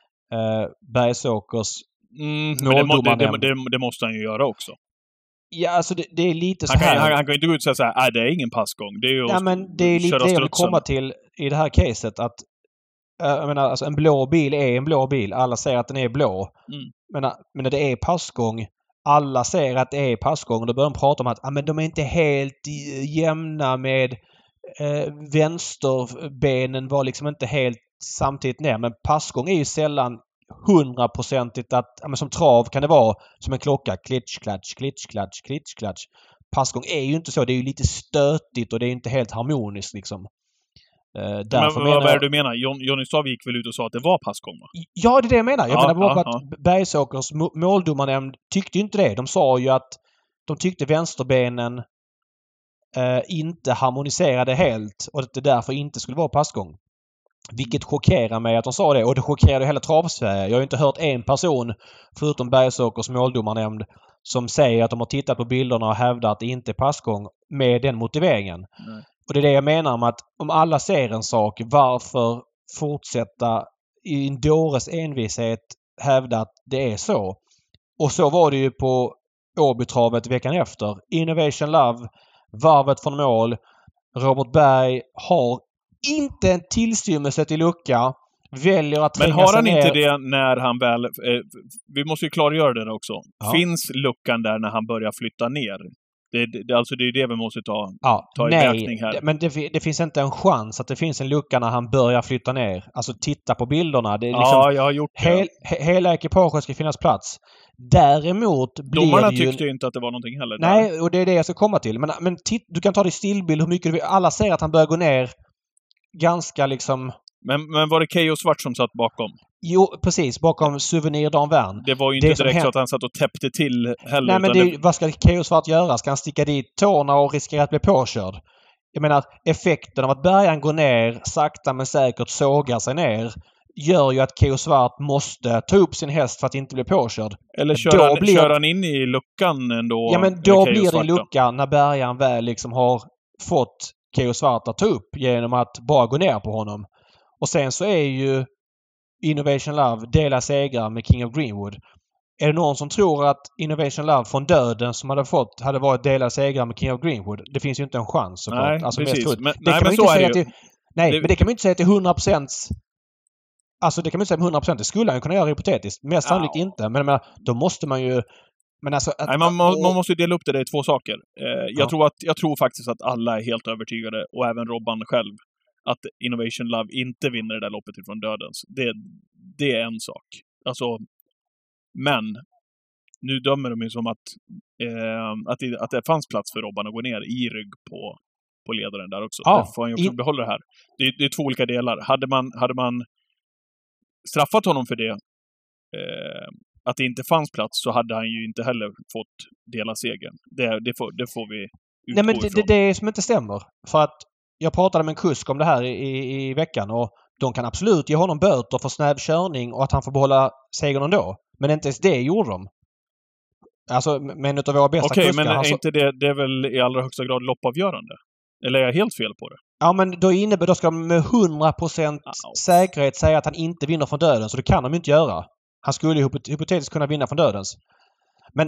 [SPEAKER 2] Bergsåkers måldomarnämnd.
[SPEAKER 1] Det måste han ju göra också.
[SPEAKER 2] Ja, alltså det är lite så här.
[SPEAKER 1] Han kan inte gå ut och säga så här, nej det är ingen passgång. Det är ju
[SPEAKER 2] men det är lite det jag vill komma till i det här caset att jag menar, alltså en blå bil är en blå bil. Alla säger att den är blå. Men när det är passgång, alla säger att det är passgång och då börjar de prata om att men de är inte helt jämna med vänsterbenen var liksom inte helt samtidigt ner. Men passgång är ju sällan 100%igt att som trav kan det vara som en klocka. Klitsch, klatsch, klitsch, klatsch, klitsch, klatsch. Passgång är ju inte så. Det är ju lite stötigt och det är inte helt harmoniskt liksom.
[SPEAKER 1] Men vad är det du menar? Johnny Stav gick väl ut och sa att det var passgång, va?
[SPEAKER 2] Ja, det är det jag menar. Jag menar bara att Bergsåkers måldomarnämnd tyckte inte det. De sa ju att de tyckte vänsterbenen inte harmoniserade helt och att det därför inte skulle vara passgång. Vilket chockerar mig att de sa det. Och det chockerade hela Travsverige. Jag har inte hört en person, förutom Bergsåkers måldomarnämnd, som säger att de har tittat på bilderna och hävdar att det inte är passgång med den motiveringen. Nej. Och det är det jag menar om att om alla ser en sak, varför fortsätta i en dåres envishet hävda att det är så? Och så var det ju på Åbytravet veckan efter. Innovation Love, varvet från mål. Robert Berg har inte en tillstymmelse till lucka. Väljer att tränga sig ner.
[SPEAKER 1] Men har han inte det när han väl... vi måste ju klargöra det också. Ja. Finns luckan där när han börjar flytta ner? Alltså det är det vi måste ta i beaktning här.
[SPEAKER 2] Men det finns inte en chans att det finns en lucka när han börjar flytta ner. Alltså titta på bilderna. Det är liksom
[SPEAKER 1] jag har gjort det.
[SPEAKER 2] Hela ekipaget ska finnas plats. Däremot blir
[SPEAKER 1] domarna
[SPEAKER 2] det ju...
[SPEAKER 1] tyckte ju inte att det var någonting heller.
[SPEAKER 2] Nej, och det är det jag ska komma till. Men du kan ta det i stillbild hur mycket du vill. Alla ser att han börjar gå ner ganska liksom...
[SPEAKER 1] Men var det Keyyo Svart som satt bakom?
[SPEAKER 2] Jo, precis. Bakom Souvenir Dan Vern.
[SPEAKER 1] Det var ju inte direkt så att han satt och täppte till heller.
[SPEAKER 2] Nej, men vad ska Keyyo Svart göra? Ska han sticka dit tårna och riskera att bli påkörd? Jag menar, effekten av att bärgaren går ner, sakta men säkert sågar sig ner, gör ju att Keyyo Svart måste ta upp sin häst för att inte bli påkörd.
[SPEAKER 1] Eller kör han in i luckan ändå?
[SPEAKER 2] Ja, men då blir det en lucka när bärgaren väl liksom har fått Keyyo Svart att ta upp genom att bara gå ner på honom. Och sen så är ju Innovation Love dela segrar med King of Greenwood. Är det någon som tror att Innovation Love från döden som hade varit dela segrar med King of Greenwood? Det finns ju inte en chans såklart.
[SPEAKER 1] Nej, alltså, precis. Men
[SPEAKER 2] det kan man inte säga till 100%. Alltså det kan man inte säga med 100%. Det skulle han ju kunna göra hypotetiskt. Mest sannolikt inte. Men då måste man ju... Men alltså,
[SPEAKER 1] nej, man måste ju dela upp det i två saker. Jag tror faktiskt att alla är helt övertygade, och även Robban själv, att Innovation Love inte vinner det där loppet ifrån dödens. Det är en sak. Alltså, men nu dömer de ju som att det fanns plats för Robban att gå ner i rygg på ledaren där också. Därför får han ju också behålla det här. Det är två olika delar. Hade man straffat honom för det, att det inte fanns plats, så hade han ju inte heller fått dela segern. Det får vi utgå
[SPEAKER 2] Nej, men
[SPEAKER 1] ifrån.
[SPEAKER 2] Det är som inte stämmer. För att jag pratade med en kusk om det här i veckan, och de kan absolut ge honom böter för snäv körning och att han får behålla segern ändå. Men inte ens det gjorde de. Alltså, men utav våra bästa kuskar...
[SPEAKER 1] Okej, men är inte det är väl i allra högsta grad loppavgörande? Eller är jag helt fel på det?
[SPEAKER 2] Ja, men då ska de med 100% säkerhet säga att han inte vinner från döden. Så det kan de inte göra. Han skulle ju hypotetiskt kunna vinna från dödens. Men...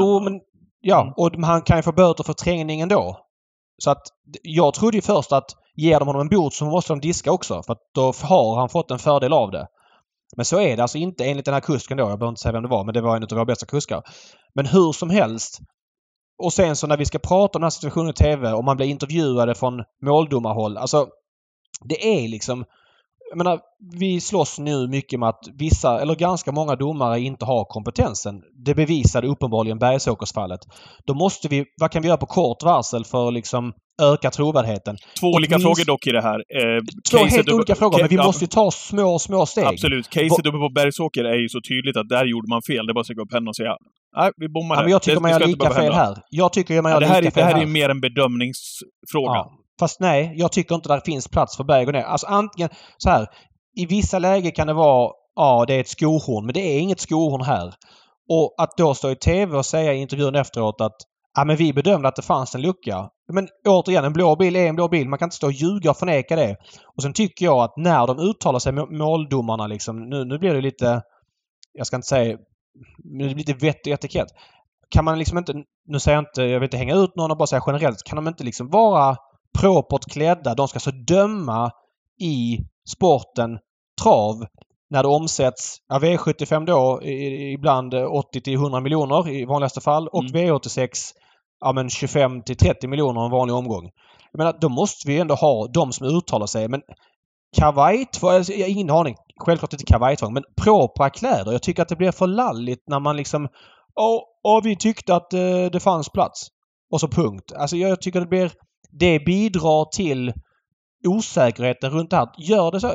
[SPEAKER 2] Och han kan ju få böter för träningen då. Så att jag trodde ju först att ger de honom en bot så måste de diska också. För att då har han fått en fördel av det. Men så är det alltså inte enligt den här kusken då. Jag behöver inte säga vem det var, men det var en av våra bästa kuskar. Men hur som helst. Och sen så när vi ska prata om den här situationen i TV och man blir intervjuade från måldomarhåll. Alltså, det är liksom... Jag menar, vi slåss nu mycket med att vissa, eller ganska många domare inte har kompetensen. Det bevisade uppenbarligen Bergsåkersfallet. Då måste vi, vad kan vi göra på kort varsel för att liksom öka trovärdigheten?
[SPEAKER 1] Två olika frågor dock i det här.
[SPEAKER 2] Två helt olika frågor, men vi måste ju ta små steg.
[SPEAKER 1] Absolut. Caset uppe på Bergsåker är ju så tydligt att där gjorde man fel. Det är bara att säga upp henne och säga nej, vi bommar
[SPEAKER 2] ja, men jag tycker man gör lika fel här. Jag tycker man gör lika fel här.
[SPEAKER 1] Det här är ju mer en bedömningsfråga.
[SPEAKER 2] Ja. Fast nej, jag tycker inte där finns plats för Berg att gå ner. Alltså antingen så här. I vissa lägen kan det vara det är ett skohorn. Men det är inget skohorn här. Och att då stå i TV och säga i intervjun efteråt att men vi bedömde att det fanns en lucka. Men återigen, en blå bil är en blå bil. Man kan inte stå och ljuga och förneka det. Och sen tycker jag att när de uttalar sig måldomarna liksom, nu blir det lite, jag ska inte säga, det blir lite vett och etikett. Kan man liksom inte, nu säger jag inte, jag vill inte hänga ut någon och bara säga generellt, kan de inte liksom vara propert klädda? De ska så döma i sporten trav när det omsätts V75 då ibland 80-100 miljoner i vanligaste fall och V86 25-30 miljoner en vanlig omgång. Jag menar, då måste vi ändå ha de som uttalar sig. Men kavajtvång, jag har ingen aning. Självklart inte kavajtvång, men propra kläder. Jag tycker att det blir för lalligt när man liksom vi tyckte att det fanns plats. Och så punkt. Alltså jag tycker det bidrar till osäkerheten runt det här. Gör det så,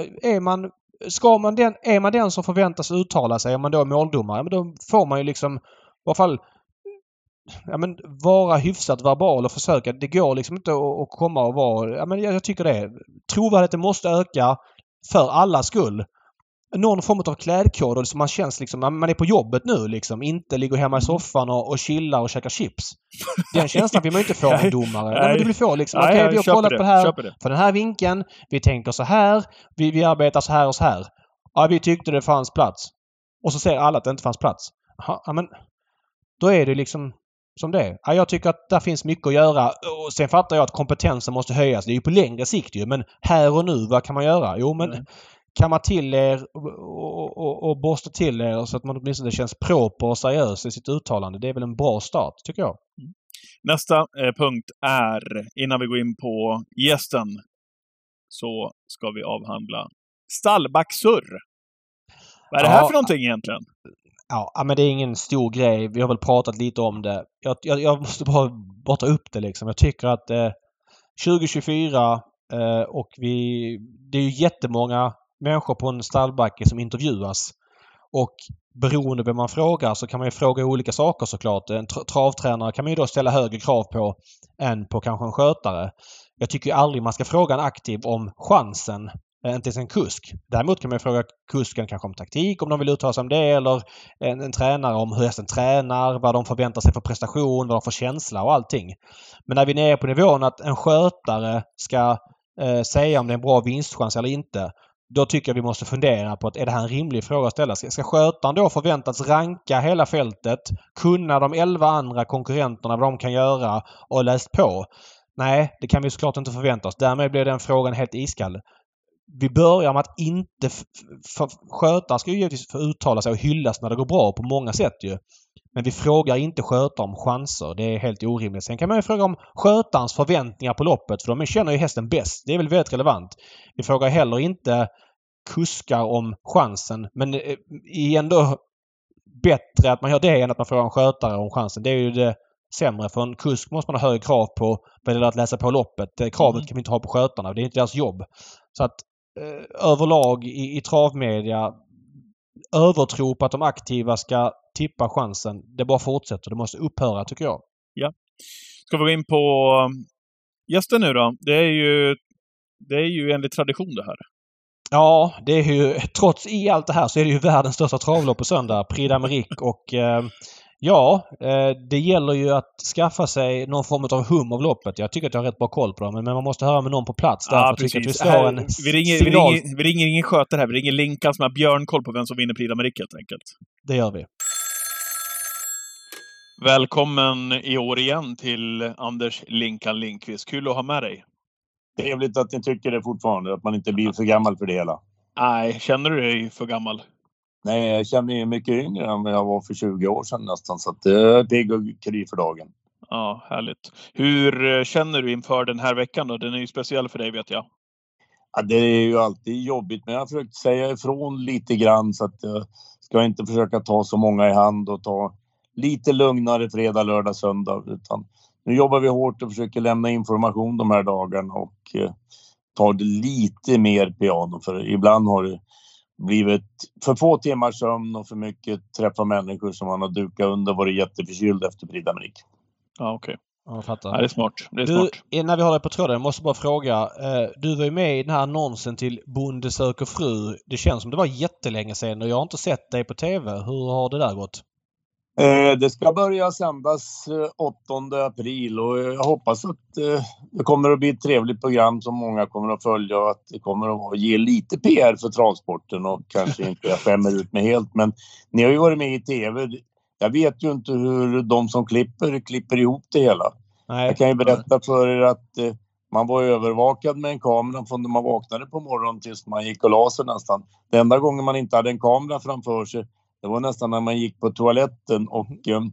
[SPEAKER 2] är man den som förväntas uttala sig, om man då är måldomare, men då får man ju liksom i alla fall vara hyfsat verbal och försöka. Det går liksom inte att komma och vara... jag tycker det. Trovärdigheten måste öka för alla skull. Någon form av klädkod som man känns liksom... Man är på jobbet nu liksom. Inte ligger hemma i soffan och chillar och käkar chips. Den känslan vill man inte få med domare. Nej, men det blir få liksom. Okej, vi har kollat på det här. För den här vinkeln. Vi tänker så här. Vi arbetar så här och så här. Ja, vi tyckte det fanns plats. Och så ser alla att det inte fanns plats. Ja, men då är det liksom... som det är. Ja, jag tycker att där finns mycket att göra. Och sen fattar jag att kompetensen måste höjas. Det är ju på längre sikt ju. Men här och nu, vad kan man göra? Jo, men kan man till er och borsta till er så att man åtminstone känns proper och seriös i sitt uttalande. Det är väl en bra start, tycker jag.
[SPEAKER 1] Nästa punkt är, innan vi går in på gästen, så ska vi avhandla stallbacksurr. Vad är det här för någonting egentligen?
[SPEAKER 2] Ja, men det är ingen stor grej. Vi har väl pratat lite om det. Jag måste bara ta upp det liksom. Jag tycker att 2024 och det är ju jättemånga människor på en stallbacke som intervjuas. Och beroende på vem man frågar så kan man ju fråga olika saker såklart. En travtränare kan man ju då ställa högre krav på än på kanske en skötare. Jag tycker ju aldrig man ska fråga en aktiv om chansen. Inte ens en kusk. Däremot kan man fråga kusken kanske om taktik, om de vill uttala sig om det, eller en tränare om hur hästen tränar, vad de förväntar sig för prestation, vad de får känsla och allting. Men när vi är nere på nivån att en skötare ska säga om det är en bra vinstchans eller inte, då tycker jag vi måste fundera på att är det här en rimlig fråga att ställa? Ska skötaren då förväntas ranka hela fältet, kunna de 11 andra konkurrenterna vad de kan göra och läst på? Nej, det kan vi såklart inte förvänta oss. Därmed blir den frågan helt iskall. Vi börjar med att inte... Skötare ska ju givetvis få uttala sig och hyllas när det går bra på många sätt ju. Men vi frågar inte skötare om chanser. Det är helt orimligt. Sen kan man ju fråga om skötarens förväntningar på loppet. För de känner ju hästen bäst. Det är väl väldigt relevant. Vi frågar heller inte kuskar om chansen. Men det är ändå bättre att man gör det än att man frågar en skötare om chansen. Det är ju det sämre. För en kusk måste man ha högre krav på vad det gäller att läsa på loppet. Det kravet kan vi inte ha på skötarna. Det är inte deras jobb. Så att överlag i travmedia övertro på att de aktiva ska tippa chansen. Det bara fortsätter. Det måste upphöra tycker jag.
[SPEAKER 1] Ja. Ska vi gå in på gästen nu då? Det är ju enligt tradition det här.
[SPEAKER 2] Ja, det är ju trots i allt det här så är det ju världens största travlopp på söndag. Prix d'Amérique och det gäller ju att skaffa sig någon form av hum av loppet. Jag tycker att jag har rätt bra koll på dem, men man måste höra med någon på plats.
[SPEAKER 1] Ja, precis. Vi ringer ingen skötare här. Vi ringer Linkan som har björnkoll på vem som vinner Prix d'Amérique helt enkelt.
[SPEAKER 2] Det gör vi.
[SPEAKER 1] Välkommen i år igen till Anders Linkan Lindqvist. Kul att ha med dig.
[SPEAKER 4] Trevligt att ni tycker det fortfarande, att man inte blir för gammal för det hela.
[SPEAKER 1] Nej, känner du dig för gammal?
[SPEAKER 4] Nej, jag känner mig mycket yngre än jag var för 20 år sedan nästan, så att det är pigg och kry för dagen.
[SPEAKER 1] Ja, härligt. Hur känner du inför den här veckan då? Den är ju speciell för dig, vet jag.
[SPEAKER 4] Ja, det är ju alltid jobbigt, men jag har försökt säga ifrån lite grann så att jag ska inte försöka ta så många i hand och ta lite lugnare fredag, lördag, söndag, utan nu jobbar vi hårt och försöker lämna information de här dagarna och tar det lite mer piano, för ibland har det blivit för få timmars sömn och för mycket träffa människor som man har dukat under, varit jätteförkyld efter Prix d'Amérique.
[SPEAKER 1] Ja, okej.
[SPEAKER 2] Jag fattar.
[SPEAKER 1] Ja, det är smart. Det är
[SPEAKER 2] Du,
[SPEAKER 1] smart.
[SPEAKER 2] innan vi har dig på tråden, jag måste bara fråga. Du var ju med i den här annonsen till Bonde söker fru. Det känns som det var jättelänge sedan och jag har inte sett dig på TV. Hur har det där gått?
[SPEAKER 4] Det ska börja sändas 8 april och jag hoppas att det kommer att bli ett trevligt program som många kommer att följa och att det kommer att ge lite PR för travsporten och kanske inte jag skämmer ut mig helt. Men ni har ju varit med i TV. Jag vet ju inte hur de som klipper ihop det hela.
[SPEAKER 2] Nej.
[SPEAKER 4] Jag kan ju berätta för er att man var övervakad med en kamera från när man vaknade på morgonen tills man gick och la sig nästan. Den enda gången man inte hade en kamera framför sig, det var nästan när man gick på toaletten och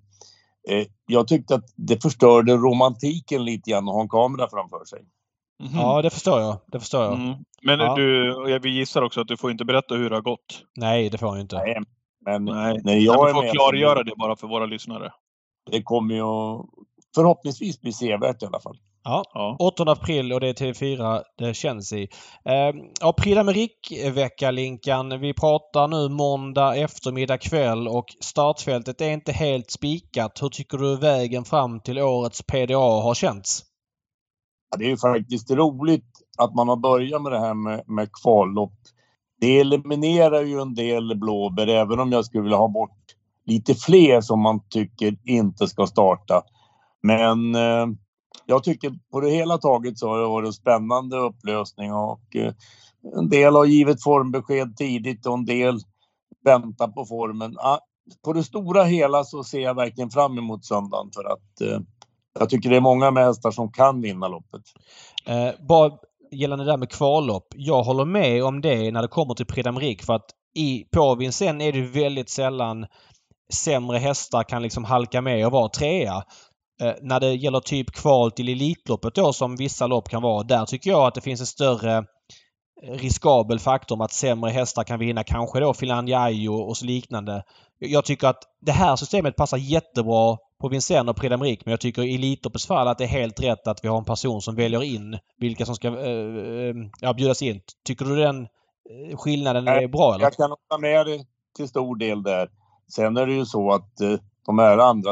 [SPEAKER 4] jag tyckte att det förstörde romantiken lite grann att ha en kamera framför sig.
[SPEAKER 1] Mhm.
[SPEAKER 2] Ja, det förstår jag. Det förstår jag.
[SPEAKER 1] Mm. Men
[SPEAKER 2] Ja.
[SPEAKER 1] vi gissar också att du får inte berätta hur det har gått.
[SPEAKER 2] Nej, det får jag inte.
[SPEAKER 4] Nej, men
[SPEAKER 1] Nej.
[SPEAKER 4] när jag
[SPEAKER 1] Du
[SPEAKER 4] är
[SPEAKER 1] får
[SPEAKER 4] med,
[SPEAKER 1] klargöra det bara för våra lyssnare.
[SPEAKER 4] det kommer ju förhoppningsvis bli sevärt i alla fall.
[SPEAKER 2] Ja. 8 april och det är TV4 det känns i. Ja, Prix d'Amérique-vecka, Linkan. Vi pratar nu måndag eftermiddag kväll och startfältet är inte helt spikat. Hur tycker du vägen fram till årets PDA har känts?
[SPEAKER 4] Ja, det är ju faktiskt roligt att man har börjat med det här med kvallopp. Det eliminerar ju en del blåbär, även om jag skulle vilja ha bort lite fler som man tycker inte ska starta. Men jag tycker på det hela taget så har det varit en spännande upplösning och en del har givit formbesked tidigt och en del väntar på formen. På det stora hela så ser jag verkligen fram emot söndagen, för att jag tycker det är många med hästar som kan vinna loppet.
[SPEAKER 2] Bara gällande det där med kvallopp. Jag håller med om det när det kommer till Prix d'Amérique, för att på Vincennes är det väldigt sällan sämre hästar kan liksom halka med och vara trea. När det gäller typ kval till Elitloppet då, som vissa lopp kan vara, där tycker jag att det finns en större riskabel faktor om att sämre hästar kan vinna, kanske då Finlandia och så liknande. Jag tycker att det här systemet passar jättebra på Vincennes och Prix d'Amérique, men jag tycker i Elitloppets fall att det är helt rätt att vi har en person som väljer in vilka som ska bjudas in. Tycker du den skillnaden är bra, eller?
[SPEAKER 4] Jag kan hålla med dig till stor del där. Sen är det ju så att de här andra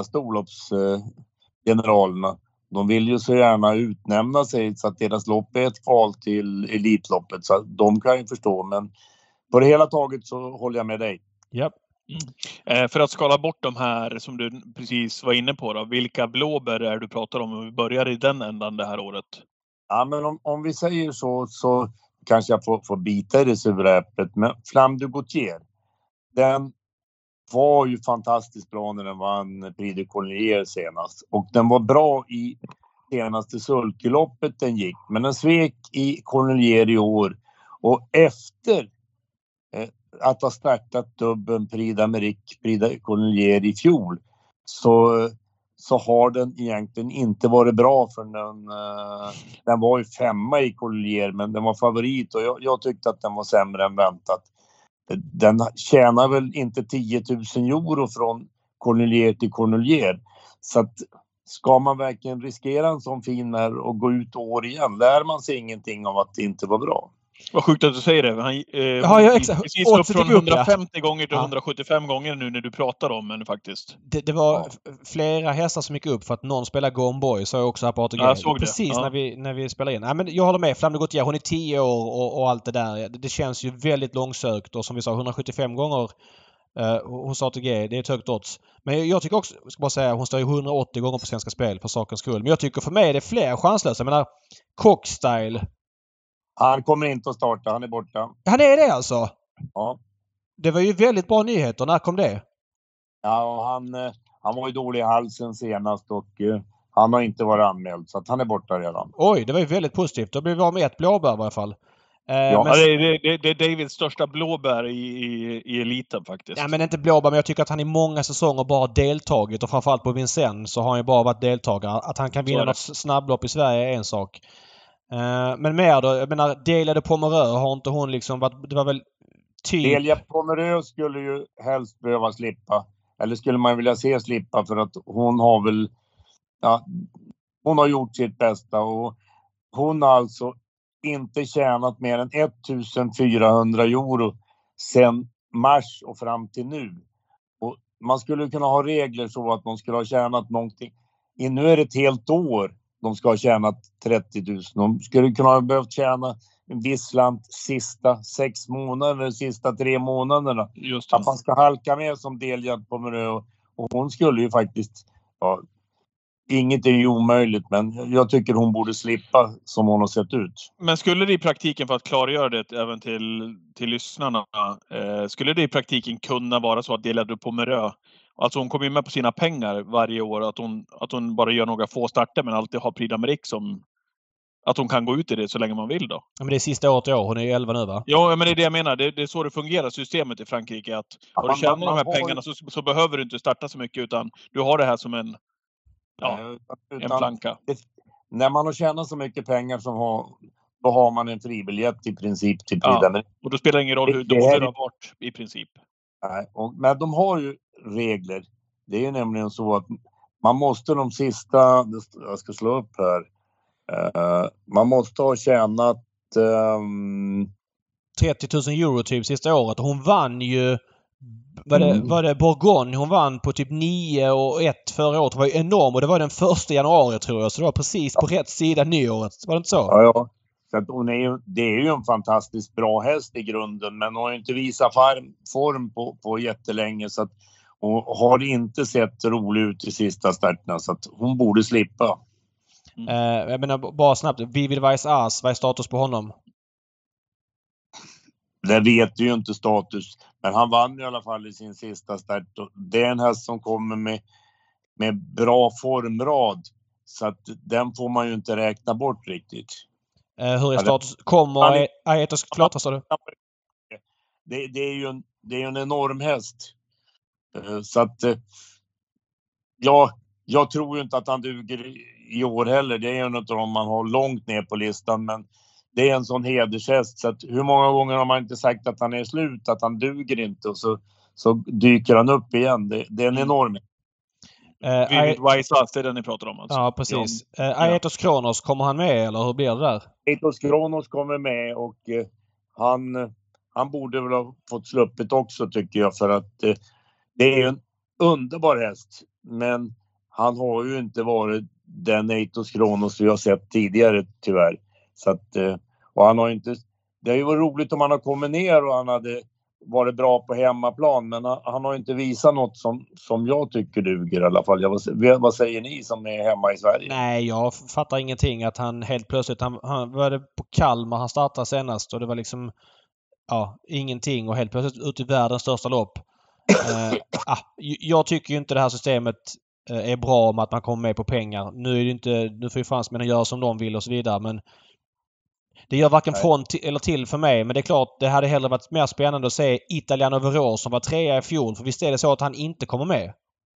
[SPEAKER 4] storloppsgeneralerna, de vill ju så gärna utnämna sig så att deras lopp är ett kval till Elitloppet. Så de kan ju förstå, men på det hela taget så håller jag med dig.
[SPEAKER 2] Ja.
[SPEAKER 1] För att skala bort de här som du precis var inne på då, vilka blåbär är du pratar om? Vi börjar i den ändan det här året.
[SPEAKER 4] Ja, men om vi säger så kanske jag får bita i det sura äpplet. Men Flamme du Gautier, den var ju fantastiskt bra när den vann Prix de Cornelier senast. Och den var bra i senaste sulkeloppet den gick. Men den svek i Cornelier i år. Och efter att ha startat dubben Prix d'Amérique, Prix de Cornelier i fjol, så har den egentligen inte varit bra, för den var ju 5 i Cornelier, men den var favorit och jag tyckte att den var sämre än väntat. Den tjänar väl inte 10 000 euro från Cornelier till Cornelier, så att ska man verkligen riskera en sån fin här och gå ut år igen, lär man sig ingenting av att det inte var bra.
[SPEAKER 1] Vad sjukt att du säger det. Han precis upp från 150 gånger till 175 gånger nu när du pratar om den faktiskt.
[SPEAKER 2] Det var flera hästar som gick upp för att någon spelar Gone Boy, så jag också här på ATG. Precis när vi spelar in. Nej, men jag håller med. Flamme du Gautier, hon är 10 år och allt det där. Det känns ju väldigt långsökt, och som vi sa 175 gånger hos ATG, det är ett högt odds. Men jag tycker också, jag ska bara säga, hon står ju 180 gånger på Svenska Spel för sakens skull. Men jag tycker för mig är det fler chanslösa. Jag menar, Cockstyle.
[SPEAKER 4] Han kommer inte att starta, han är borta.
[SPEAKER 2] Han är det alltså?
[SPEAKER 4] Ja.
[SPEAKER 2] Det var ju väldigt bra nyheter. När kom det?
[SPEAKER 4] Ja, han var ju dålig i halsen senast och Han har inte varit anmäld, så att han är borta redan.
[SPEAKER 2] Oj, det var ju väldigt positivt. Då blir vi av med ett blåbär i alla fall.
[SPEAKER 1] Ja, men... det är Davids största blåbär i eliten faktiskt.
[SPEAKER 2] Ja, men inte blåbär, men jag tycker att han i många säsonger bara deltagit. Och framförallt på Vincennes så har han ju bara varit deltagare. Att han kan vinna något snabblopp i Sverige är en sak. Men mer då, jag menar, Delia de Pomereux har inte hon liksom varit... Det var väl typ...
[SPEAKER 4] Delia Pomereux skulle ju helst behöva slippa. Eller skulle man vilja se slippa, för att hon har väl... Ja, hon har gjort sitt bästa, och hon har alltså inte tjänat mer än 1400 euro sedan mars och fram till nu. Och man skulle kunna ha regler så att de skulle ha tjänat någonting. Nu är det ett helt år de ska ha tjänat 30 000. De skulle kunna ha behövt tjäna en viss slant sista 6 månader, sista 3 månaderna.
[SPEAKER 1] Just det.
[SPEAKER 4] Att man ska halka med som Delia Pomereux. Och hon skulle ju faktiskt... Ja, inget är ju omöjligt, men jag tycker hon borde slippa som hon har sett ut.
[SPEAKER 1] Men skulle det i praktiken, för att klargöra det även till lyssnarna, skulle det i praktiken kunna vara så att Delia de Pomereux, alltså hon kommer ju med på sina pengar varje år, att hon bara gör några få starter men alltid har Prix d'Amérique som... Att hon kan gå ut i det så länge man vill då.
[SPEAKER 2] Ja, men det är sista året i år. Hon är ju 11 nu, va?
[SPEAKER 1] Ja, men det är det jag menar. Det är så det fungerar, systemet i Frankrike. Att har du tjänat de här pengarna så behöver du inte starta så mycket, utan du har det här som en planka.
[SPEAKER 4] När man har tjänat så mycket pengar då har man en fribiljett i princip till Prix d'Amérique.
[SPEAKER 1] Och då spelar det ingen roll hur dålig det har varit i princip.
[SPEAKER 4] Nej, men de har ju regler. Det är ju nämligen så att man måste de sista... Jag ska slå upp här. Man måste ha tjänat
[SPEAKER 2] 30 000 euro typ sista året. Hon vann ju... Var det Bourgogne? Hon vann på typ 9-1 förra året. Det var ju enormt, och det var den 1 januari tror jag. Så det var precis på rätt sida nyåret. Var det inte så?
[SPEAKER 4] Ja. Så att det är ju en fantastiskt bra häst i grunden, men hon har inte visat form på jättelänge, så att hon har inte sett rolig ut i sista starterna, så att hon borde slippa.
[SPEAKER 2] Jag menar bara snabbt. Vivid Vice As, vad är status på honom?
[SPEAKER 4] Det vet ju inte status, men han vann i alla fall i sin sista start. Det är en häst som kommer med bra formrad, så att den får man ju inte räkna bort riktigt.
[SPEAKER 2] Hur är status? Kommer Aetos klart, vad sa du?
[SPEAKER 4] Det är ju en enorm häst. Så att jag tror ju inte att han duger i år heller. Det är ju något om man har långt ner på listan, men det är en sån hedershäst, så att hur många gånger har man inte sagt att han är slut, att han duger inte, och så dyker han upp igen. Det är en enorm.
[SPEAKER 1] Vice, det är den ni pratar om alltså.
[SPEAKER 2] Ja, precis. Aetos Kronos, kommer han med eller hur blir det där?
[SPEAKER 4] Aetos Kronos kommer med, och han borde väl ha fått sluppit också, tycker jag, för att det är en underbar häst, men han har ju inte varit den Aetos Kronos vi har sett tidigare, tyvärr. Så att, och han har inte... Det är ju roligt om han har kommit ner och han hade varit bra på hemmaplan, men han har inte visat något som jag tycker duger i alla fall. Vad säger ni som är hemma i Sverige?
[SPEAKER 2] Nej, jag fattar ingenting att han helt plötsligt... Han var det på Kalmar han startade senast, och det var liksom... Ja, ingenting, och helt plötsligt ut i världens största lopp. Jag tycker ju inte det här systemet är bra om att man kommer med på pengar. Nu är det inte... Nu får ju fransmännen göra som de vill och så vidare, men det gör varken från eller till för mig. Men det är klart, det hade hellre varit mer spännande att se Italiano Verrå som var 3 i fjol. För visst är det så att han inte kommer med?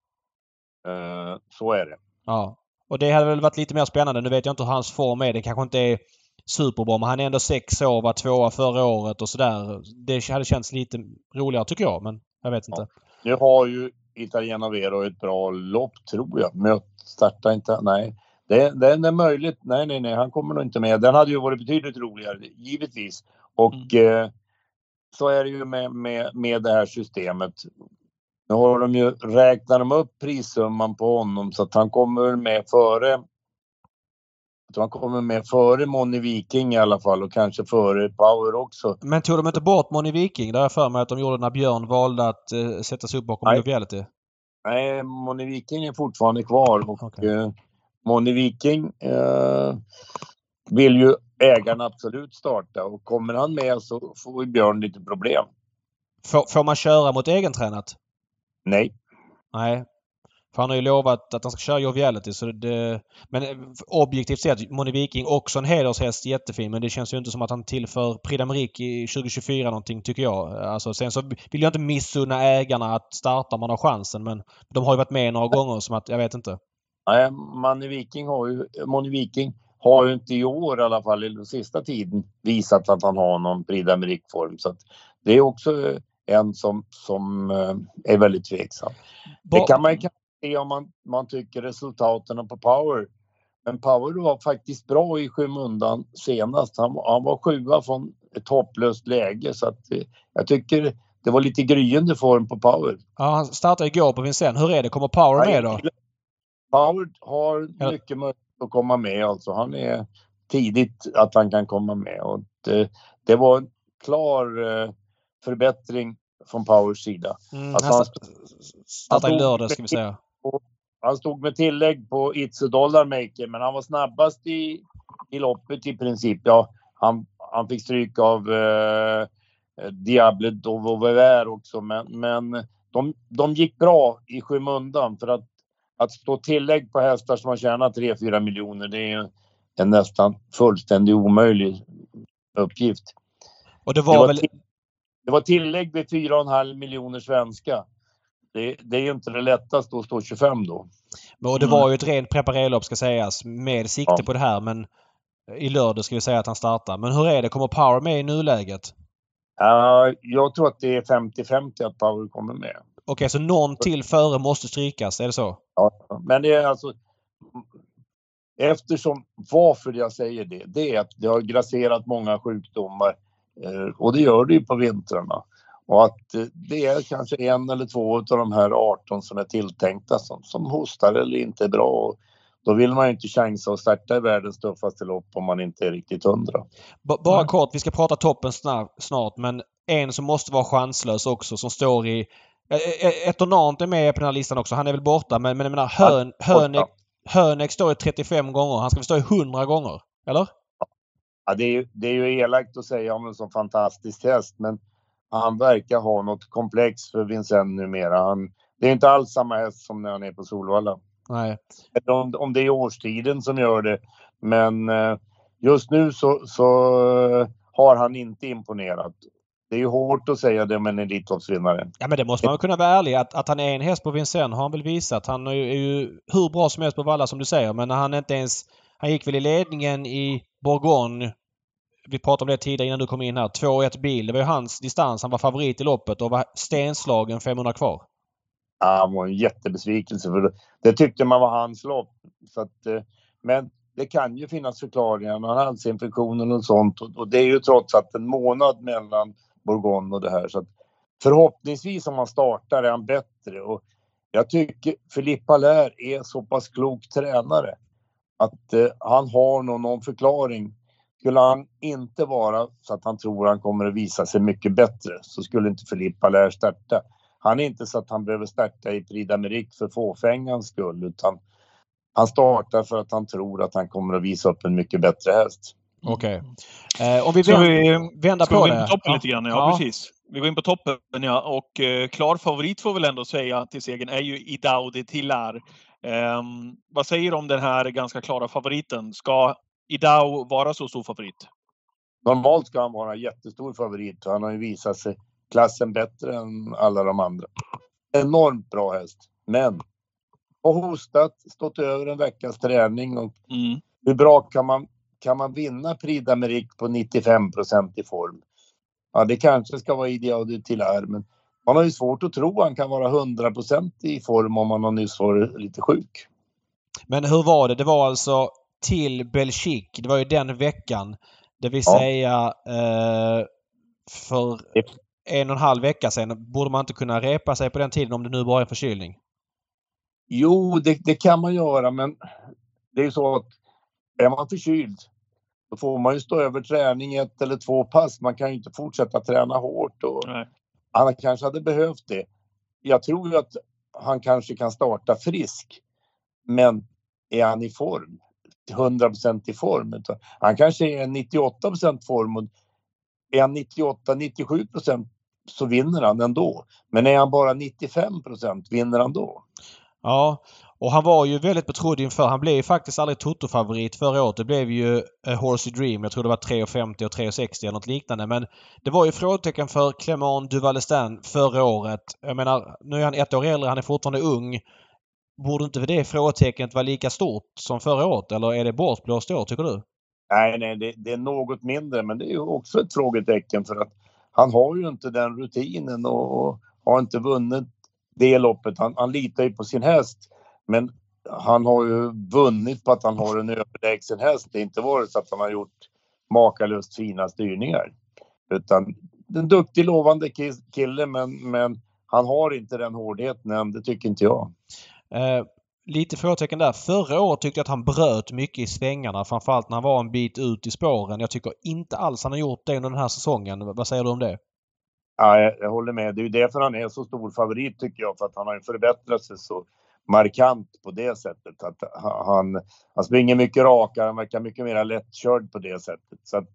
[SPEAKER 4] Så är det.
[SPEAKER 2] Ja. Och det hade väl varit lite mer spännande. Nu vet jag inte hur hans form är. Det kanske inte är superbra, men han är ändå 6 år, var 2 förra året och sådär. Det hade känts lite roligare tycker jag, men jag vet inte.
[SPEAKER 4] Nu har ju Italiano Verrå ett bra lopp, tror jag. Starta inte... Nej. Det är möjligt. Nej. Han kommer nog inte med. Den hade ju varit betydligt roligare, givetvis. Och så är det ju med det här systemet. Nu har de ju räknat upp prissumman på honom, så att han kommer med före... Han kommer med före Moni Viking i alla fall, och kanske före Power också.
[SPEAKER 2] Men tog de inte bort Moni Viking? Det har jag för mig att de gjorde när Björn valde att sätta sig upp bakom Joviality. Nej,
[SPEAKER 4] Moni Viking är fortfarande kvar. Och Moni Viking vill ju ägaren absolut starta. Och kommer han med så får ju Björn lite problem.
[SPEAKER 2] Får man köra mot egentränat?
[SPEAKER 4] Nej.
[SPEAKER 2] För han har ju lovat att han ska köra Joviality. Men objektivt sett, Moni Viking också en hedershäst, jättefin. Men det känns ju inte som att han tillför Prix d'Amérique i 2024 någonting, tycker jag. Alltså, sen så vill jag inte missunna ägarna att starta om man har chansen. Men de har ju varit med några gånger, som att jag vet inte.
[SPEAKER 4] Nej, Moni Viking har ju inte i år i alla fall i den sista tiden visat att han har någon Prix d'Amérique-form. Så att det är också en som är väldigt tveksam. Det kan man se om man tycker resultaten på Power. Men Power var faktiskt bra i skymundan senast. Han var 7 från ett hopplöst läge. Så att jag tycker det var lite gryende form på Power.
[SPEAKER 2] Ja, han startade igår på Vincennes. Hur är det? Kommer Power med då?
[SPEAKER 4] Power har mycket möjlighet att komma med. Alltså han är tidigt att han kan komma med. Och det var en klar förbättring från Powers sida. Alltså
[SPEAKER 2] han startade i lördag, ska vi säga.
[SPEAKER 4] Han stod med tillägg på It's a Dollar Maker, men han var snabbast i loppet i princip. Ja, han fick stryk av Diable Dovover också, men de gick bra i skymundan, för att stå tillägg på hästar som har tjänat 3-4 miljoner, det är en nästan fullständigt omöjlig uppgift.
[SPEAKER 2] Och det var
[SPEAKER 4] det var tillägg vid 4,5 miljoner svenska. Det är ju inte det lättaste att stå 25 då.
[SPEAKER 2] Och det var ju ett rent preparerlopp, ska sägas, med sikte på det här, men i lördag ska vi säga att han startar. Men hur är det? Kommer Power med i nuläget?
[SPEAKER 4] Jag tror att det är 50-50 att Power kommer med.
[SPEAKER 2] Okej, så någon till före måste strykas, är det så?
[SPEAKER 4] Ja, men det är alltså... Eftersom, varför jag säger det är att det har grasserat många sjukdomar. Och det gör det ju på vintrarna. Och att det är kanske 1 eller 2 av de här 18 som är tilltänkta som hostar eller inte är bra. Och då vill man ju inte chansa att starta i världens tuffaste lopp om man inte är riktigt 100.
[SPEAKER 2] Bara kort, vi ska prata toppen snart, men en som måste vara chanslös också, som står i... Etonant är med på den här listan också. Han är väl borta, men jag menar Hönek står i 35 gånger. Han ska väl stå i 100 gånger, eller?
[SPEAKER 4] Ja, det är ju elakt att säga om en sån fantastisk häst, men han verkar ha något komplex för Vincennes numera. Det är inte alls samma häst som när han är på Solvalla.
[SPEAKER 2] Nej.
[SPEAKER 4] Om det är årstiden som gör det. Men just nu så har han inte imponerat. Det är ju hårt att säga det om en elitloppsvinnare.
[SPEAKER 2] Ja, men det måste man kunna vara ärlig. Att han är en häst på Vincennes har han väl visat. Han är ju hur bra som helst på Valla, som du säger. Men när han inte ens... Han gick väl i ledningen i Bourgogne. Vi pratade om det tidigare innan du kom in här. 2-1 bil. Det var ju hans distans. Han var favorit i loppet och var stenslagen 500 kvar.
[SPEAKER 4] Ja, han var en jättebesvikelse. För det tyckte man var hans lopp. Så att, men det kan ju finnas förklaringar. Han har halsinfektionen och sånt. Och det är ju trots allt en månad mellan Bourgogne och det här. Så att förhoppningsvis om han startar är han bättre. Och jag tycker Philippe Allaire är så pass klok tränare att han har någon förklaring. Skulle han inte vara så att han tror han kommer att visa sig mycket bättre, så skulle inte Philippe Allaire starta. Han är inte så att han behöver starta i Prix d'Amérique för fåfängans skull, utan han startar för att han tror att han kommer att visa upp en mycket bättre häst.
[SPEAKER 2] Okej. Om vi vänder på det.
[SPEAKER 1] Ska vi gå in på toppen lite grann? Ja, precis. Vi går in på toppen, ja. Och klar favorit får väl ändå säga till segern är ju Idao de Tillard. Vad säger du om den här ganska klara favoriten? Ska Idao vara så stor favorit?
[SPEAKER 4] Normalt ska han vara jättestor favorit. Han har ju visat sig klassen bättre än alla de andra. Enormt bra häst. Men har hostat, stått över en veckas träning. Och hur bra kan man vinna Prix d'Amérique på 95% i form? Ja, det kanske ska vara Idao de Tillard, men man har ju svårt att tro att han kan vara 100% i form om man har nyss varit lite sjuk.
[SPEAKER 2] Men hur var det? Det var alltså till Belgique. Det var ju den veckan. Det vill säga för 1,5 vecka sedan. Borde man inte kunna repa sig på den tiden om det nu bara är en förkylning?
[SPEAKER 4] Jo, det kan man göra, men det är ju så att är man förkyld då får man ju stå över träning 1 eller 2 pass. Man kan ju inte fortsätta träna hårt. Och han kanske hade behövt det. Jag tror ju att han kanske kan starta frisk. Men är han i form? 100% i form? Han kanske är 98% form. Och är han 98-97% så vinner han ändå. Men är han bara 95% vinner han då?
[SPEAKER 2] Ja, och han var ju väldigt betrodd inför. Han blev ju faktiskt aldrig Toto-favorit förra året. Det blev ju Horsey Dream. Jag tror det var 3,50 och 3,60 eller något liknande. Men det var ju frågetecken för Clement Duvalestin förra året. Jag menar, nu är han 1 år äldre. Han är fortfarande ung. Borde inte det frågetecknet vara lika stort som förra året? Eller är det bortblåst år, tycker du?
[SPEAKER 4] Nej, det är något mindre, men det är ju också ett frågetecken för att han har ju inte den rutinen och har inte vunnit det loppet. Han litar ju på sin häst, men han har ju vunnit på att han har en överlägsen häst. Det är inte varit så att han har gjort makalöst fina styrningar. Utan en duktig, lovande kille, men han har inte den hårdheten än, det tycker inte jag.
[SPEAKER 2] Lite frågetecken där. Förra året tyckte jag att han bröt mycket i svängarna. Framförallt när han var en bit ut i spåren. Jag tycker inte alls han har gjort det under den här säsongen. Vad säger du om det?
[SPEAKER 4] Ja, jag håller med. Det är ju därför han är så stor favorit, tycker jag. För att han har ju förbättrat sig så markant på det sättet. Att han springer mycket rakare. Han verkar mycket mer lättkörd på det sättet. Så att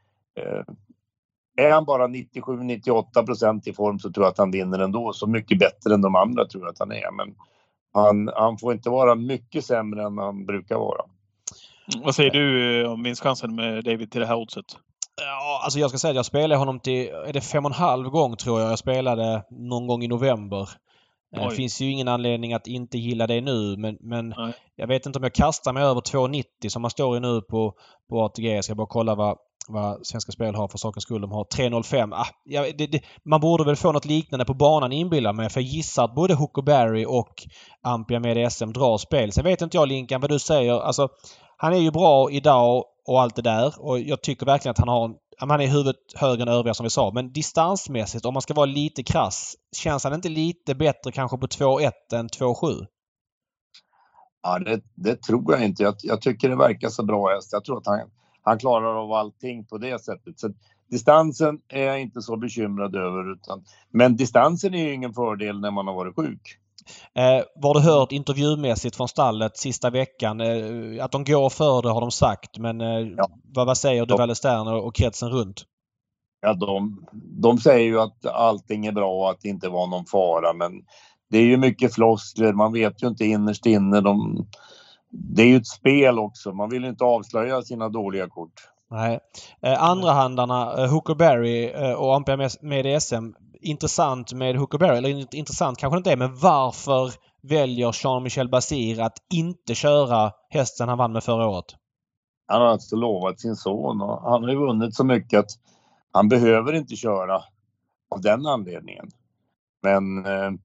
[SPEAKER 4] är han bara 97-98% i form så tror jag att han vinner ändå. Så mycket bättre än de andra tror jag att han är. Men han får inte vara mycket sämre än han brukar vara.
[SPEAKER 1] Vad säger du om vinstchansen med David till det här oddset?
[SPEAKER 2] Ja, alltså jag ska säga att jag spelade honom till, är det 5,5 gång tror jag. Jag spelade någon gång i november. Det finns ju ingen anledning att inte gilla det nu, men jag vet inte om jag kastar mig över 2,90 som man står i nu på ATG. Jag ska bara kolla vad Svenska Spel har för sakens skull. De har 3,05. Man borde väl få något liknande på banan, inbillar mig. För jag gissar att både Huckleberry och Ampia med SM drar spel. Sen vet inte jag, Linkan, vad du säger. Alltså, han är ju bra idag och allt det där. Och jag tycker verkligen att han är huvudet högre än övriga, som vi sa. Men distansmässigt, om man ska vara lite krass, känns han inte lite bättre kanske på 2,1 än 2,7?
[SPEAKER 4] Ja, det tror jag inte. Jag tycker det verkar så bra häst. Jag tror att han klarar av allting på det sättet. Så distansen är jag inte så bekymrad över. Men distansen är ju ingen fördel när man har varit sjuk.
[SPEAKER 2] Vad du hört intervjumässigt från stallet sista veckan? Att de går för det har de sagt. Men vad säger du, Duvalestin och kretsen runt?
[SPEAKER 4] Ja, de säger ju att allting är bra och att det inte var någon fara. Men det är ju mycket floskler. Man vet ju inte innerst inne. Det är ju ett spel också. Man vill inte avslöja sina dåliga kort. Nej.
[SPEAKER 2] Andrahandarna, Huckleberry och Ampia med SM. Intressant med Huckleberry. Eller intressant kanske inte är, men varför väljer Jean-Michel Basir att inte köra hästen han vann med förra året?
[SPEAKER 4] Han har alltså lovat sin son och han har ju vunnit så mycket att han behöver inte köra av den anledningen. Men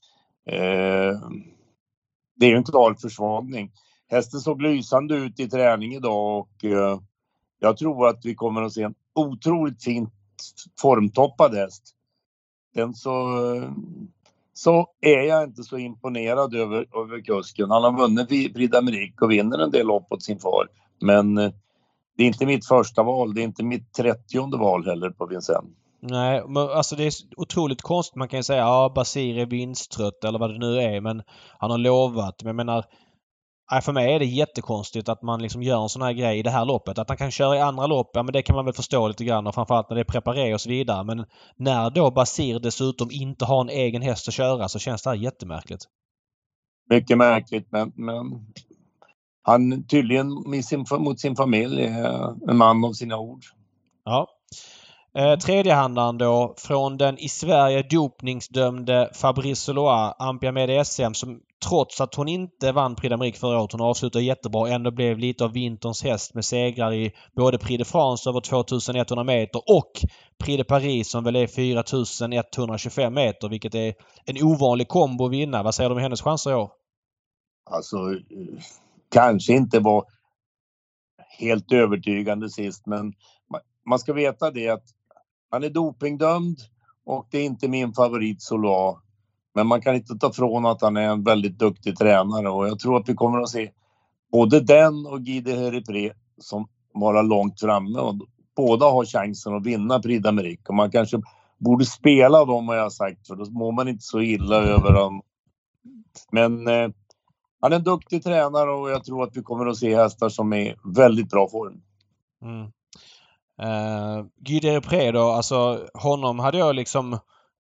[SPEAKER 4] det är ju en klar försvagning. Hästen såg lysande ut i träning idag och jag tror att vi kommer att se en otroligt fint formtoppad häst. Den så är jag inte så imponerad över kusken. Han har vunnit Prix d'Amérique och vinner en del lopp åt sin far. Men det är inte mitt första val. Det är inte mitt 30:e val heller på Vincennes.
[SPEAKER 2] Nej, men alltså det är otroligt konstigt. Man kan ju säga Basir är vinsttrött eller vad det nu är, men han har lovat. Men jag menar, för mig är det jättekonstigt att man liksom gör en sån här grej i det här loppet. Att han kan köra i andra lopp, ja, men det kan man väl förstå lite grann, och framförallt när det är preparé och så vidare. Men när då Basir dessutom inte har en egen häst att köra så känns det här jättemärkligt.
[SPEAKER 4] Mycket märkligt, men han tydligen mot sin familj är en man av sina ord.
[SPEAKER 2] Ja. Tredjehandaren då från den i Sverige dopningsdömde Fabrice Solois, Ampia med SM, som trots att hon inte vann Prix d'Amérique förra året, hon avslutade jättebra, ändå blev lite av vinterns häst med segrar i både Prix de France över 2100 meter och Prix de Paris som väl är 4125 meter, vilket är en ovanlig kombo att vinna. Vad säger du om hennes chanser i år?
[SPEAKER 4] Alltså, kanske inte var helt övertygande sist, men man ska veta det att han är dopingdömd och det är inte min favorit Solois. Men man kan inte ta från att han är en väldigt duktig tränare och jag tror att vi kommer att se både den och Guy de Heripré som vara långt framme och båda har chansen att vinna Prix d'Amérique. Och man kanske borde spela dem, har jag sagt, för då mår man inte så illa över dem. Men han är en duktig tränare och jag tror att vi kommer att se hästar som är väldigt bra form.
[SPEAKER 2] Guy de Heripré då, alltså honom hade jag liksom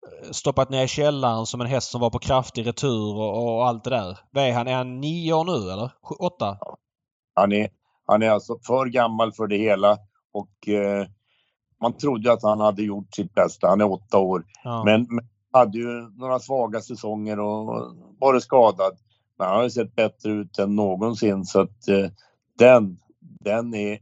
[SPEAKER 2] stoppat ner i källaren som en häst som var på kraftig retur och allt det där. Vad är han? Är han 9 år nu eller? 8?
[SPEAKER 4] Han är alltså för gammal för det hela och man trodde att han hade gjort sitt bästa. Han är 8 år.
[SPEAKER 2] Ja.
[SPEAKER 4] Men hade ju några svaga säsonger och varit skadad. Men han har ju sett bättre ut än någonsin så att den är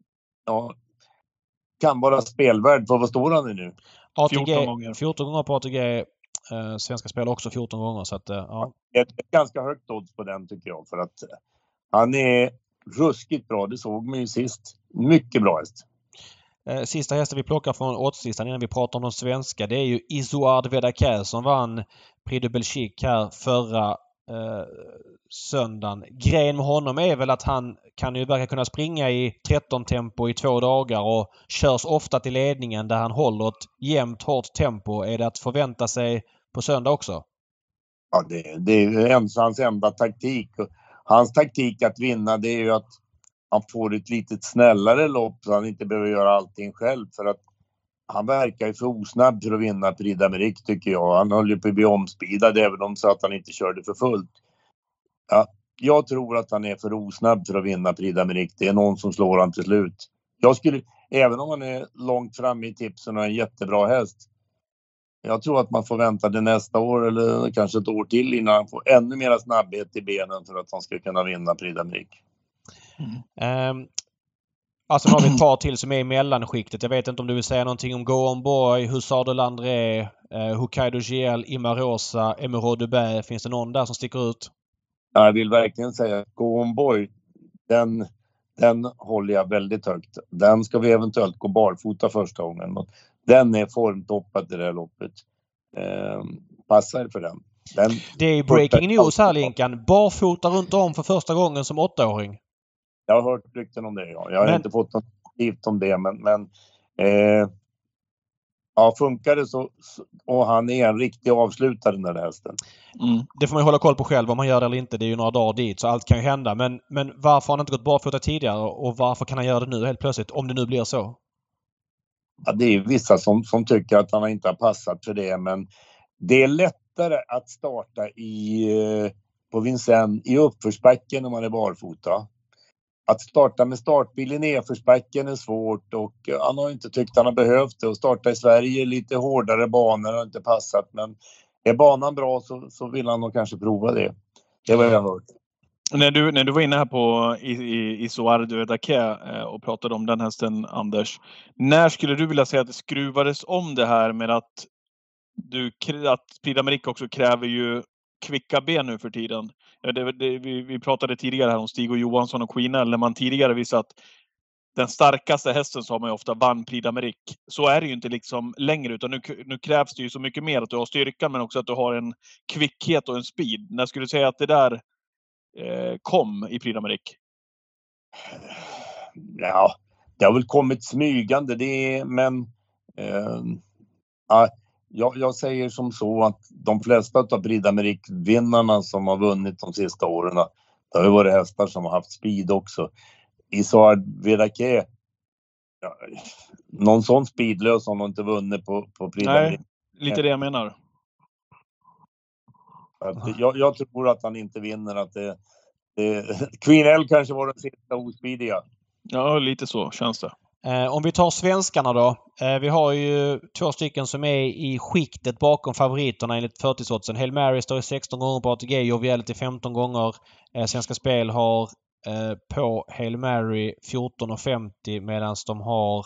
[SPEAKER 4] kan vara spelvärd. För vad står han i nu?
[SPEAKER 2] 14 gånger på ATG. Svenska spel också 14 gånger. Så att, ja.
[SPEAKER 4] Ett ganska högt odds på den tycker jag. För att han är ruskigt bra. Det såg man ju sist. Mycket bra häst.
[SPEAKER 2] Sista hästen vi plockar från oddslistan innan vi pratar om de svenska. Det är ju Isoard Vedakär som vann Prix de Belgique här förra söndagen. Grejen med honom är väl att han kan ju verka kunna springa i 13 tempo i 2 dagar och körs ofta till ledningen där han håller ett jämnt hårt tempo. Är det att förvänta sig på söndag också?
[SPEAKER 4] Ja, det är ju hans enda taktik. Hans taktik att vinna det är ju att han får ett litet snällare lopp så han inte behöver göra allting själv för att han verkar ju för osnabb för att vinna Prix d'Amérique tycker jag. Han höll ju på att bli omspeedad även om så att han inte körde för fullt. Ja, jag tror att han är för osnabb för att vinna Prix d'Amérique. Det är någon som slår han till slut. Jag skulle, även om han är långt fram i tipsen och en jättebra häst. Jag tror att man får vänta det nästa år eller kanske ett år till innan han får ännu mer snabbhet i benen för att han ska kunna vinna Prix d'Amérique.
[SPEAKER 2] Alltså har vi ett par till som är i mellanskiktet. Jag vet inte om du vill säga någonting om Go On Boy, Hussard de Landré, Hokkaido GL, Imarosa, Emerald Dubai. Finns det någon där som sticker ut?
[SPEAKER 4] Jag vill verkligen säga Go On Boy. Den håller jag väldigt högt. Den ska vi eventuellt gå barfota första gången. Den är formtoppad i det här loppet. Passar för den.
[SPEAKER 2] Det är breaking news här Linkan. Barfota runt om för första gången som 8-åring.
[SPEAKER 4] Jag har hört rykten om det. Ja. Jag har inte fått något skrivt om det. Men funkar det så och han är en riktig avslutare den där hästen.
[SPEAKER 2] Det får man hålla koll på själv om man gör det eller inte. Det är ju några dagar dit så allt kan ju hända. Men varför har han inte gått barfota tidigare och varför kan han göra det nu helt plötsligt om det nu blir så?
[SPEAKER 4] Ja, det är vissa som tycker att han inte har passat för det. Men det är lättare att starta på Vincennes i uppförsbacken när man är barfota. Att starta med startbil i nedförsbacken är svårt och han har inte tyckt han har behövt det. Och starta i Sverige lite hårdare banor har inte passat. Men är banan bra så vill han nog kanske prova det. Det var jag hört.
[SPEAKER 1] När du var inne här på Isoard Vedakär och pratade om den hästen, Anders. När skulle du vilja säga att det skruvades om det här med att Prix d'Amérique också kräver ju kvicka ben nu för tiden? Vi pratade tidigare här om Stig och Johansson och Queenell. När man tidigare visade att den starkaste hästen så har man ju ofta vann Prix d'Amérique. Så är det ju inte liksom längre utan nu krävs det ju så mycket mer att du har styrkan men också att du har en kvickhet och en speed. När skulle du säga att det där kom i Prix d'Amérique?
[SPEAKER 4] Ja, det har väl kommit smygande jag säger som så att de flesta av Prix d'Amérique-vinnarna som har vunnit de sista åren, det har ju varit hästar som har haft speed också. Isoard Vedakär, någon sån speedlös har nog inte vunnit på Prix d'Amérique.
[SPEAKER 1] Nej, lite det jag menar.
[SPEAKER 4] Jag tror att han inte vinner. Att Queenell kanske var den sista ospeediga.
[SPEAKER 1] Ja, lite så känns det.
[SPEAKER 2] Om vi tar svenskarna då. Vi har ju 2 stycken som är i skiktet bakom favoriterna enligt 40-oddsen. Hail Mary står i 16 gånger på ATG, Joviality 15 gånger. Svenska Spel har på Hail Mary 14,50 medan de har...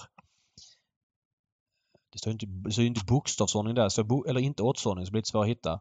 [SPEAKER 2] Det står inte bokstavsordning där, eller inte oddsordning så blir det svårt att hitta.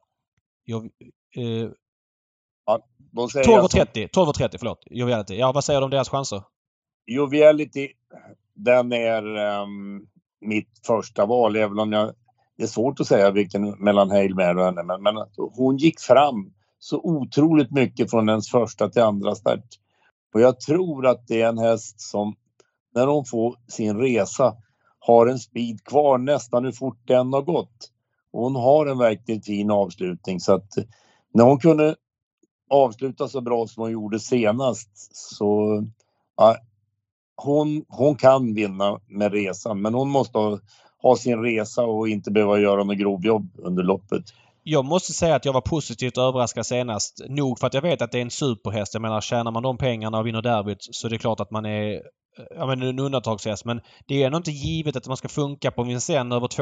[SPEAKER 2] 12,30 förlåt. Joviality. Ja, vad säger du om deras chanser?
[SPEAKER 4] Joviality, den är mitt första val, även om det är svårt att säga vilken mellan Hail Mary och henne, men hon gick fram så otroligt mycket från ens första till andra start. Och jag tror att det är en häst som när hon får sin resa har en speed kvar nästan hur fort den har gått. Och hon har en verkligt fin avslutning så att när hon kunde avsluta så bra som hon gjorde senast så hon kan vinna med resan men hon måste ha sin resa och inte behöva göra något grovjobb under loppet.
[SPEAKER 2] Jag måste säga att jag var positivt överraskad senast. Nog för att jag vet att det är en superhäst. Jag menar, tjänar man de pengarna och vinner derbyt så är det klart att man är en undantagshäst. Men det är ändå inte givet att man ska funka på Vincennes över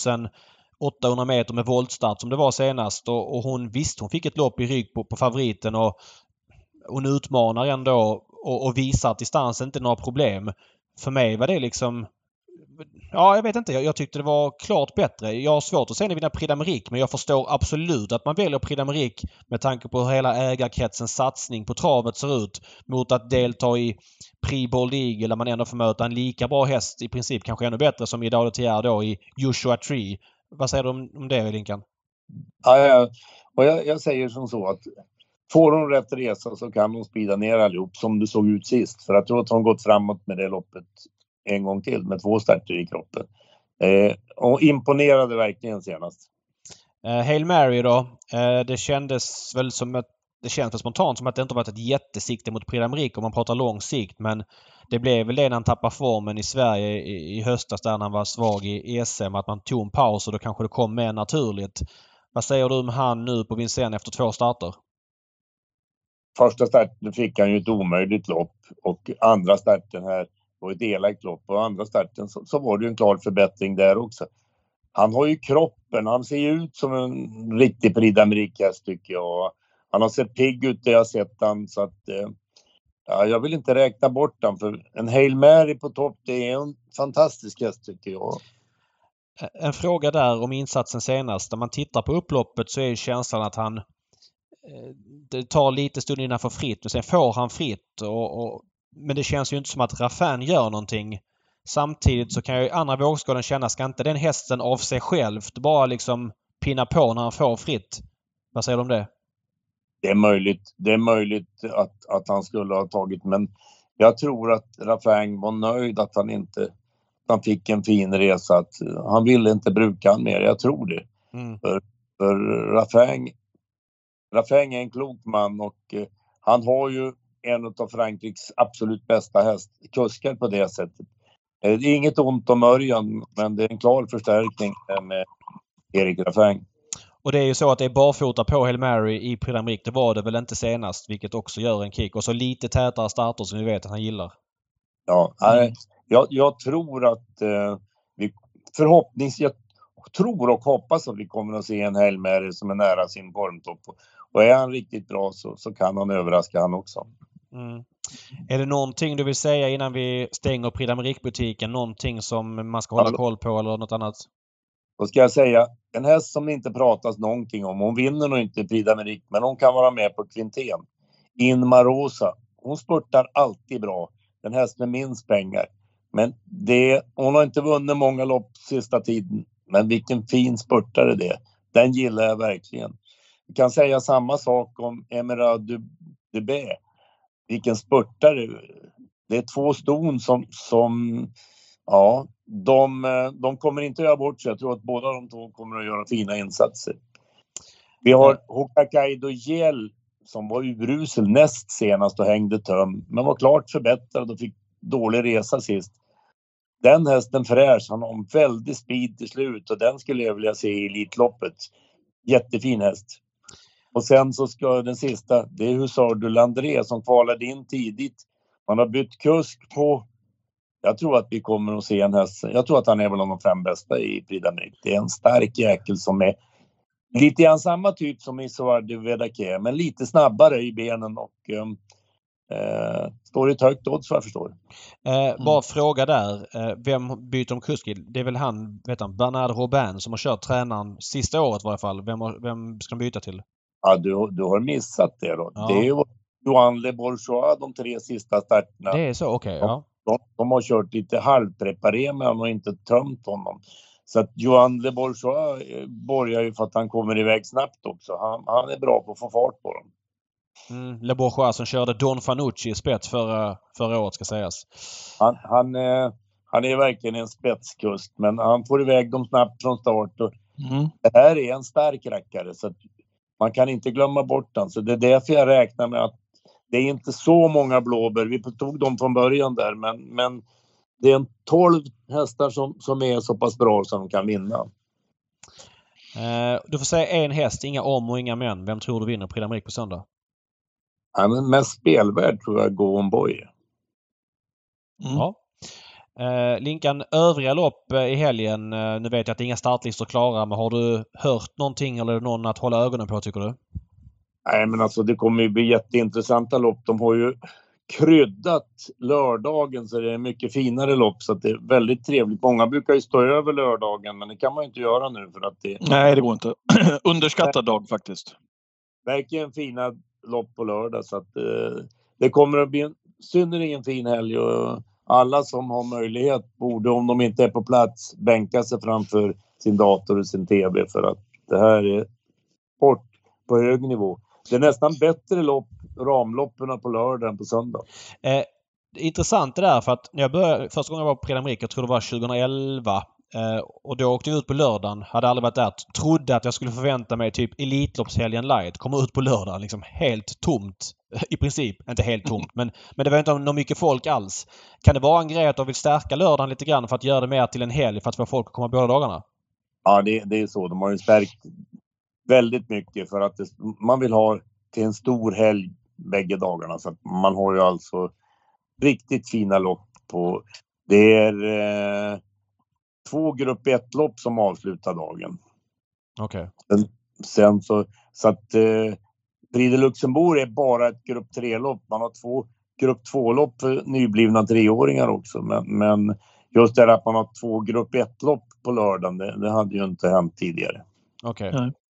[SPEAKER 2] 2800 meter med voltstart som det var senast. Och hon fick ett lopp i rygg på favoriten och hon utmanar ändå och visar att distansen inte är några problem. För mig var det liksom... Ja, jag vet inte. Jag tyckte det var klart bättre. Jag har svårt att se henne vinna Prix d'Amérique, men jag förstår absolut att man väljer Prix d'Amérique med tanke på hur hela ägarkretsens satsning på travet ser ut mot att delta i Prix Bold Eagle där man ändå får möta en lika bra häst, i princip kanske ännu bättre, som Idao de Thiers då i Joshua Tree. Vad säger du om det, Linkan?
[SPEAKER 4] Ja, och jag säger som så att får hon rätt resa så kan hon spida ner allihop som det såg ut sist. För jag tror att hon gått framåt med det loppet en gång till med 2 starter i kroppen. Och imponerade verkligen senast.
[SPEAKER 2] Hail Mary då. Det kändes väl som det känns spontant som att det inte varit ett jättesikte mot Prix d'Amérique om man pratar lång sikt. Men det blev väl det när han tappade formen i Sverige i höstas där han var svag i ESM. Att man tog en paus och då kanske det kom mer naturligt. Vad säger du om han nu på Vincennes efter 2 starter?
[SPEAKER 4] Första starten fick han ju ett omöjligt lopp och andra starten här var ett elakt lopp och andra starten så var det ju en klar förbättring där också. Han har ju kroppen, han ser ju ut som en riktig Prix d'Amérique tycker jag. Han har sett pigg ut det jag sett han så att jag vill inte räkna bort han för en Hail Mary på topp det är en fantastisk häst tycker jag.
[SPEAKER 2] En fråga där om insatsen senast. När man tittar på upploppet så är känslan att han det tar lite stund innan han får fritt men sen får han fritt men det känns ju inte som att Raffin gör någonting. Samtidigt så kan jag i andra vågskålen känna ska inte den hästen av sig själv bara liksom pinna på när han får fritt. Vad säger du om det?
[SPEAKER 4] Det är möjligt att han skulle ha tagit men jag tror att Raffin var nöjd att han fick en fin resa. Att han ville inte bruka han mer. Jag tror det. För Raffin är en klok man och han har ju en av Frankrikes absolut bästa kuskar på det sättet. Det är inget ont om Örjan men det är en klar förstärkning med Erik Raffin.
[SPEAKER 2] Och det är ju så att det är barfota på Hail Mary i Prix d'Amérique. Det var det väl inte senast vilket också gör en kick. Och så lite tätare starter som vi vet att han gillar.
[SPEAKER 4] Ja, jag tror att jag tror och hoppas att vi kommer att se en Hail Mary som är nära sin formtopp. Och är han riktigt bra så kan han överraska han också.
[SPEAKER 2] Är det någonting du vill säga innan vi stänger Prix d'Amérique-butiken? Någonting som man ska hålla koll på eller något annat?
[SPEAKER 4] Då ska jag säga, en häst som det inte pratas någonting om. Hon vinner nog inte Prix d'Amérique men hon kan vara med på kvintén. Inma Rosa. Hon spurtar alltid bra. Den häst med minst pengar. Men hon har inte vunnit många lopp sista tiden. Men vilken fin spurtare det är. Den gillar jag verkligen. Vi kan säga samma sak om Emerald Dubé. Vilken spurtare. Det är 2 ston som ja, de kommer inte att göra bort sig. Jag tror att båda de 2 kommer att göra fina insatser. Vi har Hokkaido Gel som var urusel näst senast och hängde töm. Men var klart förbättrad och fick dålig resa sist. Den hästen fräsch, han har en väldigt speed till slut och den skulle jag vilja se i elitloppet. Jättefin häst. Och sen så ska den sista, det är Hussard du Landré som kvalade in tidigt. Man har bytt kusk på, jag tror att vi kommer att se en häst. Jag tror att han är väl de 5 bästa i Prix d'Amérique. Det är en stark jäkel som är lite grann samma typ som Issoard du Vedake, men lite snabbare i benen och står i ett högt odds vad jag förstår.
[SPEAKER 2] Bara fråga där. Vem byter de kusk? Det är väl han Bernard Robin som har kört tränaren sista året i varje fall. Vem ska de byta till?
[SPEAKER 4] Ja, du har missat det då. Ja. Det är ju Johan Le Bourgeois de 3 sista starterna.
[SPEAKER 2] Det är så, okej. Ja.
[SPEAKER 4] De har kört lite halvpreparé med honom och inte tömt honom. Så att Johan Le Bourgeois borgar ju för att han kommer iväg snabbt också. Han är bra på att få fart på dem.
[SPEAKER 2] Le Bourgeois som körde Don Fanucci i spets förra året ska sägas.
[SPEAKER 4] Han är verkligen en spetskusk men han får iväg dem snabbt från start. Och det här är en stark rackare så att man kan inte glömma bort den. Så det är därför jag räknar med att det är inte så många blåbär. Vi tog dem från början där men det är en 12 hästar som är så pass bra som de kan vinna.
[SPEAKER 2] Du får säga en häst, inga om och inga men. Vem tror du vinner Prix d'Amérique på söndag?
[SPEAKER 4] Ja, men mest spelvärd tror jag Go On Boy.
[SPEAKER 2] Ja. Linkan, övriga lopp i helgen. Nu vet jag att det är inga startlistor klara, men har du hört någonting eller någon att hålla ögonen på, tycker du?
[SPEAKER 4] Nej, men alltså det kommer ju bli jätteintressanta lopp. De har ju kryddat lördagen så det är mycket finare lopp, så att det är väldigt trevligt. Många brukar ju stå över lördagen, men det kan man ju inte göra nu för att det...
[SPEAKER 1] Nej, det går inte. Underskattad dag faktiskt.
[SPEAKER 4] Verkligen fina lopp på lördag, så att det kommer att bli en synnerligen fin helg, och alla som har möjlighet borde, om de inte är på plats, bänka sig framför sin dator och sin tv, för att det här är sport på hög nivå. Det är nästan bättre lopp, ramloppen på lördag än på söndag.
[SPEAKER 2] Intressant det där, för att när jag började, första gången jag var på Prix d'Amérique, jag tror det var 2011, och då åkte jag ut på lördagen, hade aldrig varit där, trodde att jag skulle förvänta mig typ Elitloppshelgen light, kommer ut på lördagen liksom helt tomt, i princip, inte helt tomt, men det var inte något mycket folk alls. Kan det vara en grej att de vill stärka lördagen lite grann för att göra det mer till en helg, för att få folk att komma båda dagarna?
[SPEAKER 4] Ja, det är så. De har ju stärkt väldigt mycket för att man vill ha till en stor helg bägge dagarna, så att man har ju alltså riktigt fina lopp på. Det är 2 grupp 1-lopp som avslutar dagen.
[SPEAKER 2] Okej.
[SPEAKER 4] Sen så att Prix de Luxembourg är bara ett grupp 3-lopp. Man har 2 grupp 2-lopp för nyblivna 3-åringar också. Men just det att man har 2 grupp 1-lopp på lördagen, det hade ju inte hänt tidigare.
[SPEAKER 2] Okej.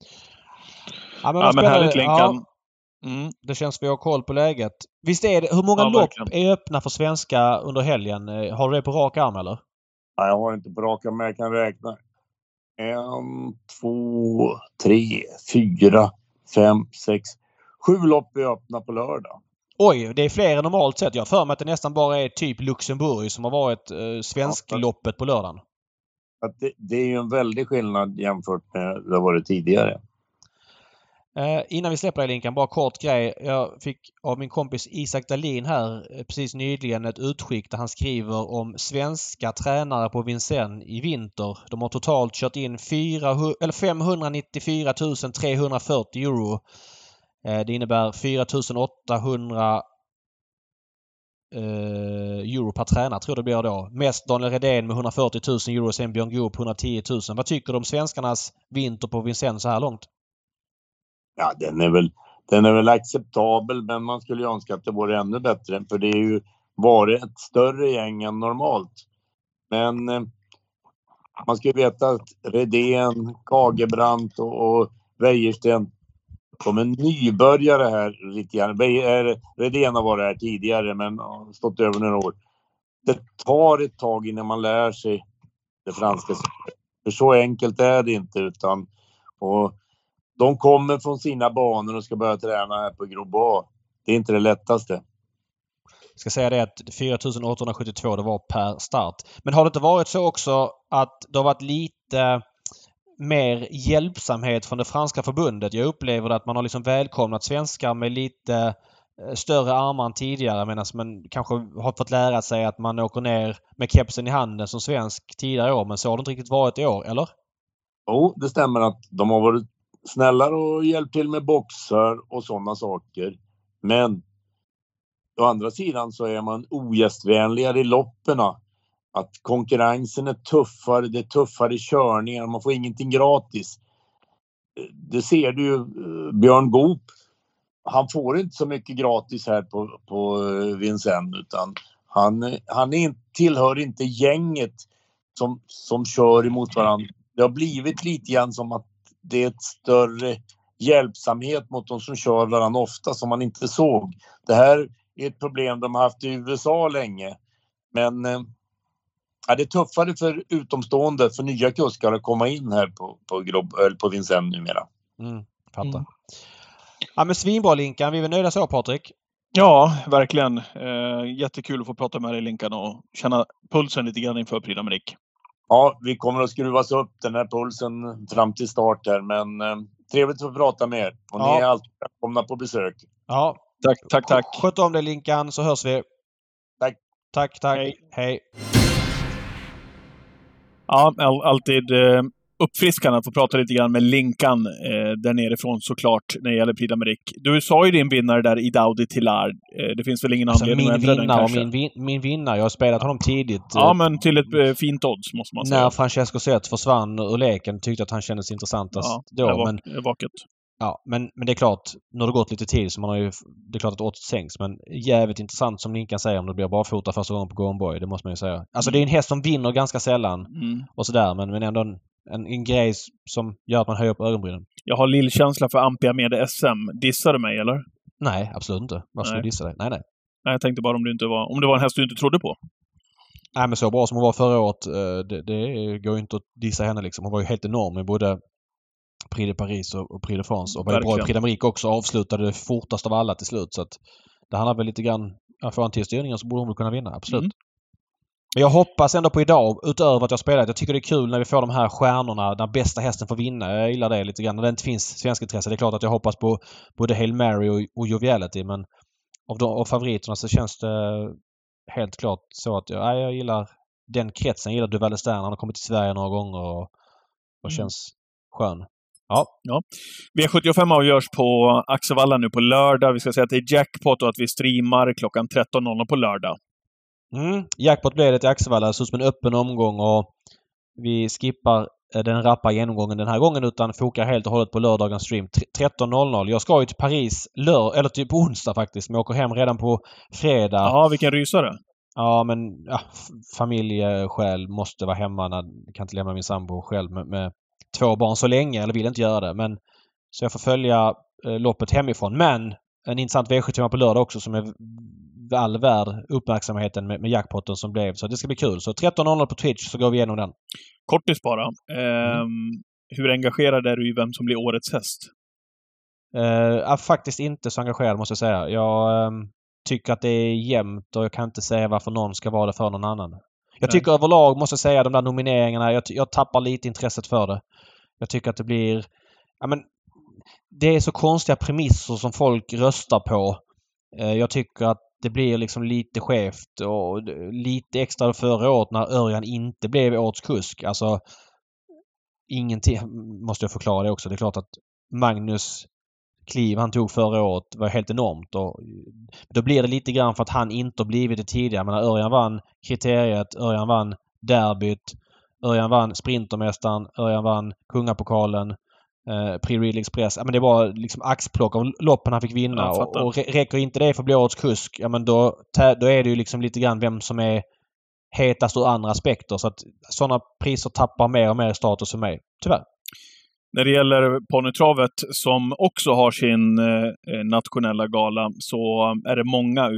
[SPEAKER 1] Ja, men härligt, Linkan.
[SPEAKER 2] Ja. Det känns vi har koll på läget. Visst är det, hur många lopp är öppna för svenska under helgen? Har du det på rak arm eller?
[SPEAKER 4] Nej, jag har inte på rak arm, men jag kan räkna. 1, 2, 3, 4, 5, 6, 7 lopp är öppna på lördag.
[SPEAKER 2] Oj, det är fler än normalt sett. Jag har för mig att det nästan bara är typ Luxemburg som har varit svenskloppet på lördagen.
[SPEAKER 4] Att det är ju en väldig skillnad jämfört med det var det tidigare.
[SPEAKER 2] Innan vi släpper det, Linkan, bara kort grej. Jag fick av min kompis Isak Dahlin här precis nyligen ett utskick där han skriver om svenska tränare på Vincennes i vinter. De har totalt kört in 594 340 euro. Det innebär 4 800 euro per tränare, tror det blir då. Mest Daniel Redén med 140 000 euro, sen Björn Goop 110 000. Vad tycker du om svenskarnas vinter på Vincennes så här långt?
[SPEAKER 4] Ja, den är väl acceptabel, men man skulle ju önska att det vore ännu bättre, för det är ju varit ett större gäng än normalt. Men man ska ju veta att Redén, Kagebrant och Wäjersten kommer nybörjare här lite grann. Redén har varit här tidigare, men har stått över några år. Det tar ett tag innan man lär sig det franska. För så enkelt är det inte, utan de kommer från sina banor och ska börja träna här på Grosbois. Det är inte det lättaste.
[SPEAKER 2] Jag ska säga det att 4 872 det var per start. Men har det inte varit så också att det har varit lite mer hjälpsamhet från det franska förbundet? Jag upplever att man har liksom välkomnat svenskar med lite större armar än tidigare, medan man kanske har fått lära sig att man åker ner med kepsen i handen som svensk tidigare år. Men så har det inte riktigt varit i år, eller?
[SPEAKER 4] Jo, det stämmer att de har varit snällare och hjälpt till med boxar och sådana saker. Men å andra sidan så är man ogästvänligare i lopperna. Att konkurrensen är tuffare, det är tuffare körningar, man får ingenting gratis. Det ser du ju, Björn Goop, han får inte så mycket gratis här på Vincennes, utan han tillhör inte gänget som kör emot varandra. Det har blivit lite grann som att det är ett större hjälpsamhet mot de som kör varandra ofta, som man inte såg. Det här är ett problem de har haft i USA länge. Men det är tuffare för utomstående, för nya kuskar att komma in här på Vincennes numera.
[SPEAKER 2] Fattar. Ja, men svinbra, Linkan. Vi är nöjda så, Patrik.
[SPEAKER 1] Ja, verkligen. Jättekul att få prata med dig, Linkan, och känna pulsen lite grann inför Prix d'Amérique.
[SPEAKER 4] Ja, vi kommer att skruvas upp den här pulsen fram till start här, men trevligt att få prata med er. Och ni är alltid välkomna på besök.
[SPEAKER 2] Ja.
[SPEAKER 1] Tack.
[SPEAKER 2] Sköt om dig, Linkan, så hörs vi.
[SPEAKER 4] Tack.
[SPEAKER 2] Hej.
[SPEAKER 1] Ja, alltid uppfriskande att få prata lite grann med Linkan där nerifrån såklart när det gäller Prix d'Amérique. Du sa ju din vinnare där i Daudi Tillard. Det finns väl ingen anledning att ändra den kanske.
[SPEAKER 2] Min vinnare, jag har spelat honom tidigt.
[SPEAKER 1] Ja, men till ett fint odds måste man säga.
[SPEAKER 2] När Francesco Zet försvann ur leken tyckte att han kändes intressantast då.
[SPEAKER 1] Men vaket.
[SPEAKER 2] Ja, men det är klart, när det gått lite tid så det är klart att odds sänks, men jävligt intressant som Linkan säger om det blir barfota första gången på Gormboy, det måste man ju säga. Alltså det är en häst som vinner ganska sällan och sådär, men ändå en grej som gör att man höjer upp ögonbrynen.
[SPEAKER 1] Jag har lillkänsla för Ampia med SM. Dissar du mig, eller?
[SPEAKER 2] Nej, absolut inte. Vad skulle dissa dig? Nej.
[SPEAKER 1] Nej, jag tänkte bara om det var en häst du inte trodde på.
[SPEAKER 2] Nej, men så bra som hon var förra året, det går ju inte att dissa henne liksom. Hon var ju helt enorm i både Prix de Paris och Prix de France. Och var ju bra i Prix d'Amérique också. Avslutade det fortast av alla till slut. Så att det handlar väl lite grann... För en till styrningen så borde hon väl kunna vinna. Absolut. Men jag hoppas ändå på idag, utöver att jag spelat. Jag tycker det är kul när vi får de här stjärnorna, när bästa hästen får vinna. Jag gillar det lite grann. När det inte finns svensk intresse. Det är klart att jag hoppas på både Hail Mary och Joviality. Men av favoriterna så känns det helt klart så att jag gillar den kretsen. Jag gillar Duval Estern. Han har kommit till Sverige några gånger och känns skön.
[SPEAKER 1] Ja. V75 avgörs på Axevalla nu på lördag. Vi ska säga att det är jackpot och att vi streamar klockan 13.00 på lördag.
[SPEAKER 2] Jackpot blev det till Axevalla. Det ser ut som en öppen omgång och vi skippar den rappa genomgången den här gången utan fokar helt och hållet på lördagens stream 13.00. Jag ska ju till Paris eller typ på onsdag faktiskt. Men jag åker hem redan på fredag.
[SPEAKER 1] Ja, vilken rysare.
[SPEAKER 2] Ja, men familjeskäl måste vara hemma. Jag kan inte lämna min sambo själv med 2 barn så länge, eller vill inte göra det. Men så jag får följa loppet hemifrån. Men en intressant V75 på lördag också som är väl värd uppmärksamheten med jackpotten som blev. Så det ska bli kul. Så 13.00 på Twitch så går vi igenom den.
[SPEAKER 1] Kortis bara. Hur engagerad är du i vem som blir årets häst?
[SPEAKER 2] Faktiskt inte så engagerad måste jag säga. Jag tycker att det är jämnt och jag kan inte säga varför någon ska vara det för någon annan. Jag tycker överlag, måste jag säga, de där nomineringarna, jag tappar lite intresset för det. Jag tycker att det blir... det är så konstiga premisser som folk röstar på. Jag tycker att det blir liksom lite skevt och lite extra förra året när Örjan inte blev årets kusk. Alltså, ingenting, måste jag förklara det också. Det är klart att Magnus kliv han tog förra året var helt enormt. Och då blir det lite grann för att han inte blivit det tidigare. Men Örjan vann kriteriet, Örjan vann derbyt, Örjan vann sprintermästaren, Örjan vann kungapokalen, Prix Real Express. Men det var liksom axplock av loppen han fick vinna. Och räcker inte det för att bli årets kusk, men då är det ju liksom lite grann vem som är hetast ur andra aspekter. Så att sådana priser tappar mer och mer i status för mig. Tyvärr.
[SPEAKER 1] När det gäller ponnytravet som också har sin nationella gala så är det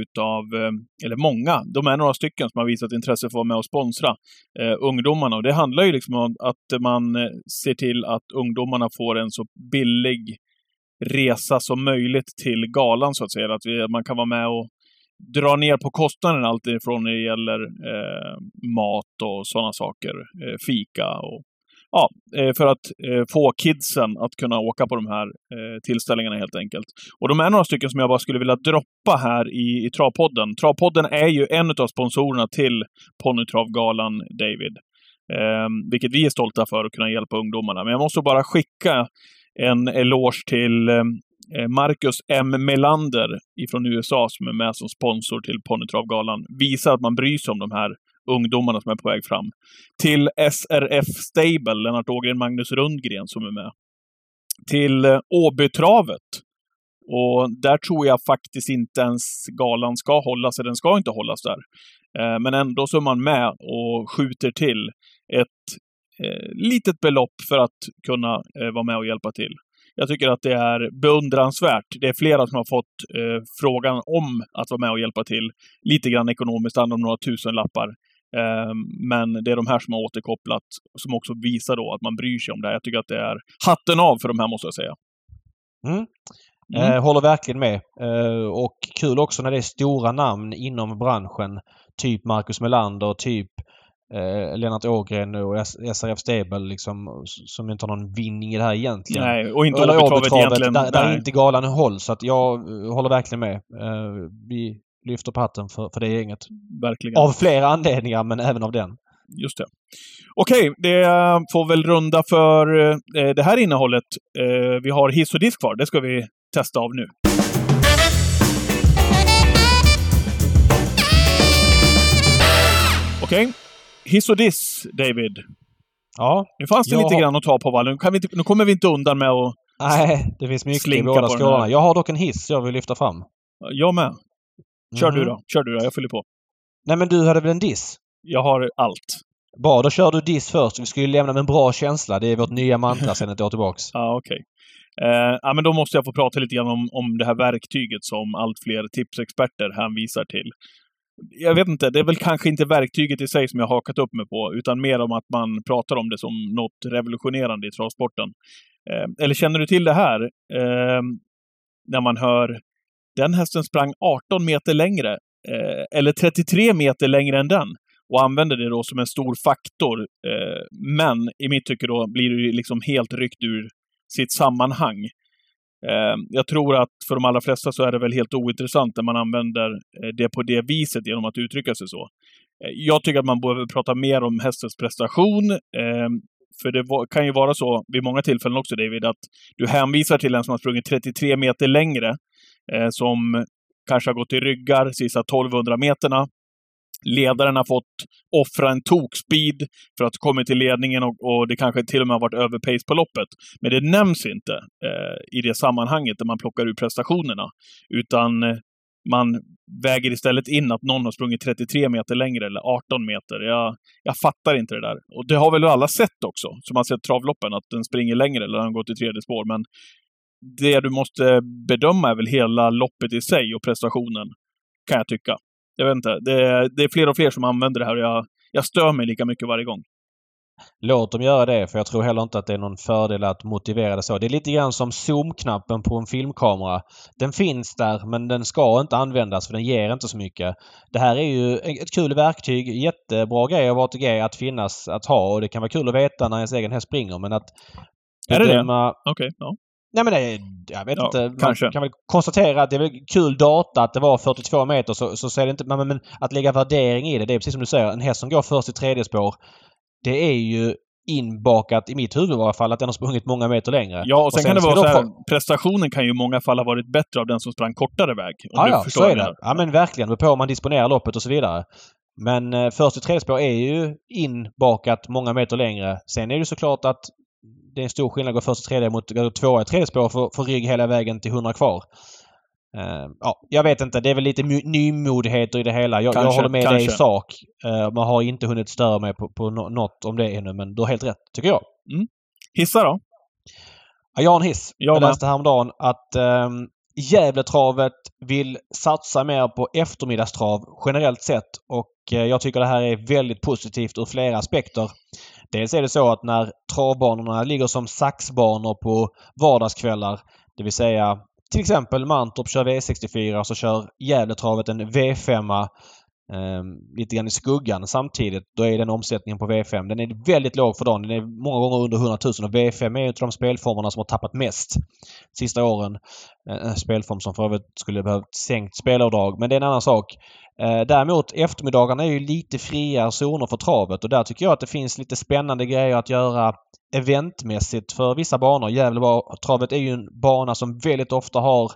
[SPEAKER 1] de är några stycken som har visat intresse för att vara med och sponsra ungdomarna. Och det handlar ju liksom om att man ser till att ungdomarna får en så billig resa som möjligt till galan så att säga. Att man kan vara med och dra ner på kostnaden allt ifrån när det gäller mat och sådana saker, fika och för att få kidsen att kunna åka på de här tillställningarna helt enkelt. Och de är några stycken som jag bara skulle vilja droppa här i Travpodden. Travpodden är ju en av sponsorerna till Ponnytravgalan, David. Vilket vi är stolta för att kunna hjälpa ungdomarna. Men jag måste bara skicka en eloge till Marcus M. Melander ifrån USA som är med som sponsor till Ponnytravgalan. Visar att man bryr sig om de här ungdomarna som är på väg fram. Till SRF Stable, Lennart Ågren, Magnus Rundgren som är med. Till Åbytravet. Och där tror jag faktiskt inte ens galan ska hållas, eller den ska inte hållas där. Men ändå så är man med och skjuter till ett litet belopp för att kunna vara med och hjälpa till. Jag tycker att det är beundransvärt. Det är flera som har fått frågan om att vara med och hjälpa till. Lite grann ekonomiskt, andra om några tusenlappar. Men det är de här som har återkopplat som också visar då att man bryr sig om det här. Jag tycker att det är hatten av för de här, måste jag säga.
[SPEAKER 2] Håller verkligen med. Och kul också när det är stora namn inom branschen. Typ Marcus Melander, typ Lennart Ågren och SRF Stable liksom, som inte har någon vinning i det här egentligen.
[SPEAKER 1] Nej, och inte Åbytravet egentligen.
[SPEAKER 2] Där inte galan hålls. Så att jag håller verkligen med. Vi lyfter på hatten för det gänget.
[SPEAKER 1] Verkligen.
[SPEAKER 2] Av flera anledningar, men även av den.
[SPEAKER 1] just det. Okej, det får väl runda för det här innehållet. Vi har hiss och diss kvar. Det ska vi testa av nu. Okej. Hiss och diss, David.
[SPEAKER 2] Ja.
[SPEAKER 1] Nu fanns det lite grann att ta på, va? Nu kommer vi inte undan med att...
[SPEAKER 2] Nej, det finns mycket i båda skålarna. Jag har dock en hiss jag vill lyfta fram.
[SPEAKER 1] Jag med. Kör du då, jag fyller på.
[SPEAKER 2] Nej, men du hade väl en diss?
[SPEAKER 1] Jag har allt.
[SPEAKER 2] Bra, då kör du diss först. Vi ska ju lämna med en bra känsla. Det är vårt nya mantra sen ett år tillbaks.
[SPEAKER 1] Ja, okej. Men då måste jag få prata lite grann om det här verktyget som allt fler tipsexperter hänvisar till. Jag vet inte, det är väl kanske inte verktyget i sig som jag hakat upp mig på, utan mer om att man pratar om det som något revolutionerande i travsporten. Eller känner du till det här? När man hör den hästen sprang 18 meter längre, eller 33 meter längre än den, och använder det då som en stor faktor. Men i mitt tycke då blir det liksom helt ryckt ur sitt sammanhang. Jag tror att för de allra flesta så är det väl helt ointressant när man använder det på det viset genom att uttrycka sig så. Jag tycker att man behöver prata mer om hästens prestation. För det kan ju vara så vid många tillfällen också, David, att du hänvisar till en som har sprungit 33 meter längre, som kanske har gått i ryggar sista 1200 meterna. Ledaren har fått offra en tokspeed för att komma till ledningen och det kanske till och med har varit överpace på loppet. Men det nämns inte i det sammanhanget där man plockar ur prestationerna. Utan man väger istället in att någon har sprungit 33 meter längre eller 18 meter. Jag fattar inte det där. Och det har väl alla sett också, som har sett travloppen, att den springer längre eller har gått i tredje spår. Men det du måste bedöma är väl hela loppet i sig och prestationen, kan jag tycka. Jag vet inte. Det är fler och fler som använder det här och jag stör mig lika mycket varje gång.
[SPEAKER 2] Låt dem göra det, för jag tror heller inte att det är någon fördel att motivera det så. Det är lite grann som zoomknappen på en filmkamera. Den finns där, men den ska inte användas för den ger inte så mycket. Det här är ju ett kul verktyg. Jättebra grej av ATG att finnas, att ha, och det kan vara kul att veta när ens egen häst springer, men att...
[SPEAKER 1] Är det det? Okej, ja.
[SPEAKER 2] Nej, men jag vet inte. Man
[SPEAKER 1] kanske
[SPEAKER 2] kan väl konstatera att det är väl kul data att det var 42 meter, så säger det inte... Men att lägga värdering i det, det är precis som du säger. En häst som går först i tredje spår, det är ju inbakat i mitt huvud i alla fall att den har sprungit många meter längre.
[SPEAKER 1] Ja, och sen kan det vara så här, prestationen kan ju i många fall ha varit bättre av den som sprang kortare väg.
[SPEAKER 2] Ja, så är det. Ja, men verkligen. Det på om man disponerar loppet och så vidare. Men först i tredje spår är ju inbakat många meter längre. Sen är det såklart att det är en stor skillnad att gå först i tredje mot tvåa i tredje spår för rygg hela vägen till 100 kvar. Jag vet inte. Det är väl lite nymodigheter i det hela. Jag håller med dig i sak. Man har inte hunnit störa mig på något om det ännu, men du har helt rätt, tycker jag.
[SPEAKER 1] Mm. Hissa då?
[SPEAKER 2] Ja, jag har en hiss. Jag läste häromdagen att Gävletravet vill satsa mer på eftermiddagstrav generellt sett, och jag tycker det här är väldigt positivt ur flera aspekter. Dels är det så att när travbanorna ligger som saxbanor på vardagskvällar, det vill säga till exempel Mantorp kör V64 så kör Gävletravet en V5 lite grann i skuggan samtidigt. Då är den omsättningen på V5. Den är väldigt låg för dagen. Den är många gånger under 100 000 och V5 är ju de spelformerna som har tappat mest sista åren. En spelform som för övrigt skulle behövt sänkt spelavdrag. Men det är en annan sak. Däremot eftermiddagarna är ju lite friare zoner för travet, och där tycker jag att det finns lite spännande grejer att göra eventmässigt för vissa banor. Gävletravet är ju en bana som väldigt ofta har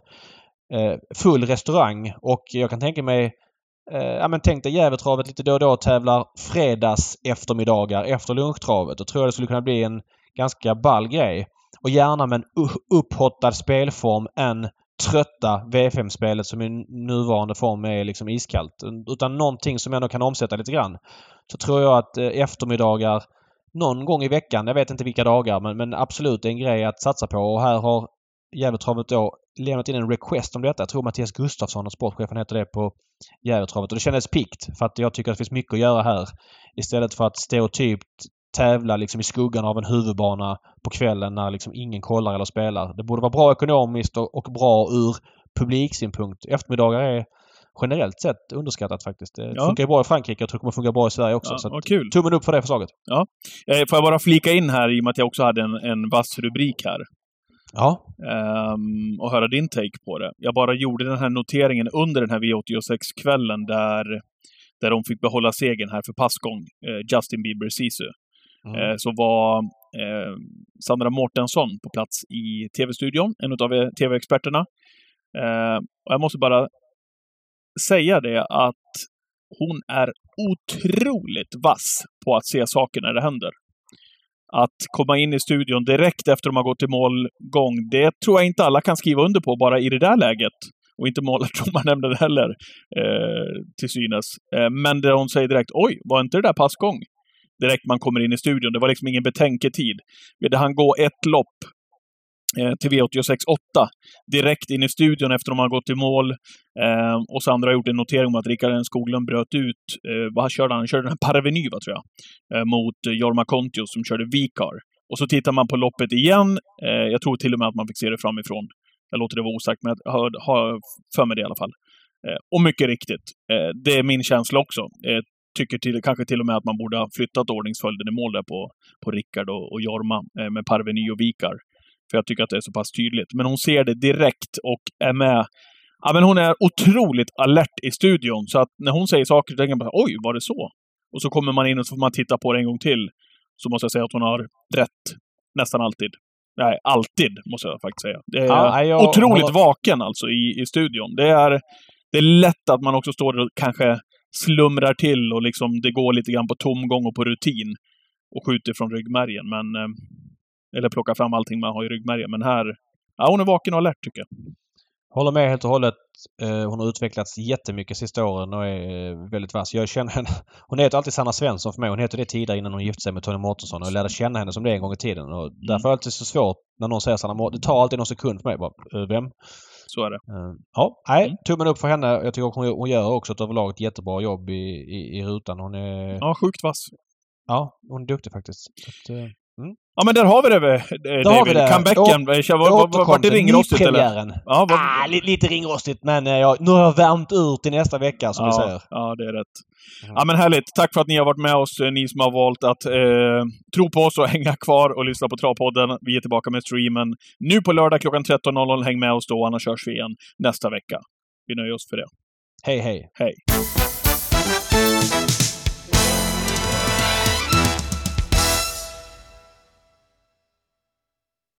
[SPEAKER 2] full restaurang, och jag kan tänka mig tänk dig Gävletravet lite då och då tävlar fredags eftermiddagar efter lunchtravet. Då tror jag det skulle kunna bli en ganska ball grej. Och gärna med en upphottad spelform än trötta V5-spelet som i nuvarande form är liksom iskallt. Utan någonting som ändå kan omsätta lite grann. Så tror jag att eftermiddagar någon gång i veckan, jag vet inte vilka dagar, men absolut en grej att satsa på. Och här har Gävletravet då lämnat in en request om detta. Jag tror Mattias Gustafsson och sportchefen heter det på Gävletravet. Och det kändes pikt, för att jag tycker att det finns mycket att göra här. Istället för att stereotypt tävla liksom i skuggan av en huvudbana på kvällen när liksom ingen kollar eller spelar. Det borde vara bra ekonomiskt och bra ur publiksynpunkt. Eftermiddagar är generellt sett underskattat faktiskt. Det funkar bra i Frankrike. Jag tror det kommer funka bra i Sverige också. Så
[SPEAKER 1] kul.
[SPEAKER 2] Tummen upp för det förslaget.
[SPEAKER 1] Ja. Får jag bara flika in här i och med att jag också hade en vass rubrik här.
[SPEAKER 2] Ja.
[SPEAKER 1] Och höra din take på det. Jag bara gjorde den här noteringen under den här V86-kvällen där där de fick behålla segern här för passgång, Justin Bieber Sisu. Så var Sandra Mårtensson på plats i tv-studion, en av tv-experterna. Och jag måste bara säga det att hon är otroligt vass på att se saker när det händer. Att komma in i studion direkt efter de har gått till målgång, det tror jag inte alla kan skriva under på bara i det där läget. Och inte målartromarnämnden heller till synes. Men det hon säger direkt, oj, var inte det där passgång? Direkt man kommer in i studion. Det var liksom ingen betänketid. Ville han gå ett lopp till V86.8 direkt in i studion efter de har gått i mål. Och Sandra har gjort en notering om att Rickard Skoglund bröt ut. Vad körde han? Han körde den här Parvenyva, tror jag. Mot Jorma Kontios som körde Vikar. Och så tittar man på loppet igen. Jag tror till och med att man fick se det framifrån. Jag låter det vara osagt, men jag har för mig det i alla fall. Och mycket riktigt. Det är min känsla också. Tycker kanske till och med att man borde ha flyttat ordningsföljden i mål där på Rickard och Jorma med Parveny och Vikar. För jag tycker att det är så pass tydligt. Men hon ser det direkt och är med. Ja, men hon är otroligt alert i studion. Så att när hon säger saker så tänker man, oj, var det så? Och så kommer man in och så får man titta på det en gång till. Så måste jag säga att hon har rätt nästan alltid. Nej, alltid måste jag faktiskt säga. Det är otroligt vaken alltså i studion. Det är lätt att man också står och kanske slumrar till och liksom det går lite grann på tomgång och på rutin och skjuter från ryggmärgen, men eller plockar fram allting man har i ryggmärgen. Men här, hon är vaken och alert tycker jag.
[SPEAKER 2] Håller med helt och hållet. Hon har utvecklats jättemycket sista åren och är väldigt vass. Jag känner henne. Hon heter alltid Sanna Svensson för mig. Hon heter det tidigare innan hon gifte sig med Tony Mårtensson. Och jag lärde känna henne som det en gång i tiden. Och därför är det alltid så svårt när någon säger Sanna Mårtensson. Det tar alltid någon sekund för mig. Bara, vem?
[SPEAKER 1] Så är det.
[SPEAKER 2] Tummen upp för henne. Jag tycker hon gör också ett överlag ett jättebra jobb i rutan. Hon är...
[SPEAKER 1] Ja, sjukt vass.
[SPEAKER 2] Ja, hon är duktig faktiskt.
[SPEAKER 1] Ja, men där har vi det, David. Comebacken. Var det ringrostigt eller? Ja,
[SPEAKER 2] lite ringrostigt, men nu har jag värmt ut till nästa vecka som vi säger.
[SPEAKER 1] Ja, det är rätt. Ja, men härligt. Tack för att ni har varit med oss. Ni som har valt att tro på oss och hänga kvar och lyssna på Travpodden. Vi är tillbaka med streamen nu på lördag klockan 13.00. Häng med oss då, annars körs vi igen nästa vecka. Vi nöjer oss för det.
[SPEAKER 2] Hej, hej.
[SPEAKER 1] Hej.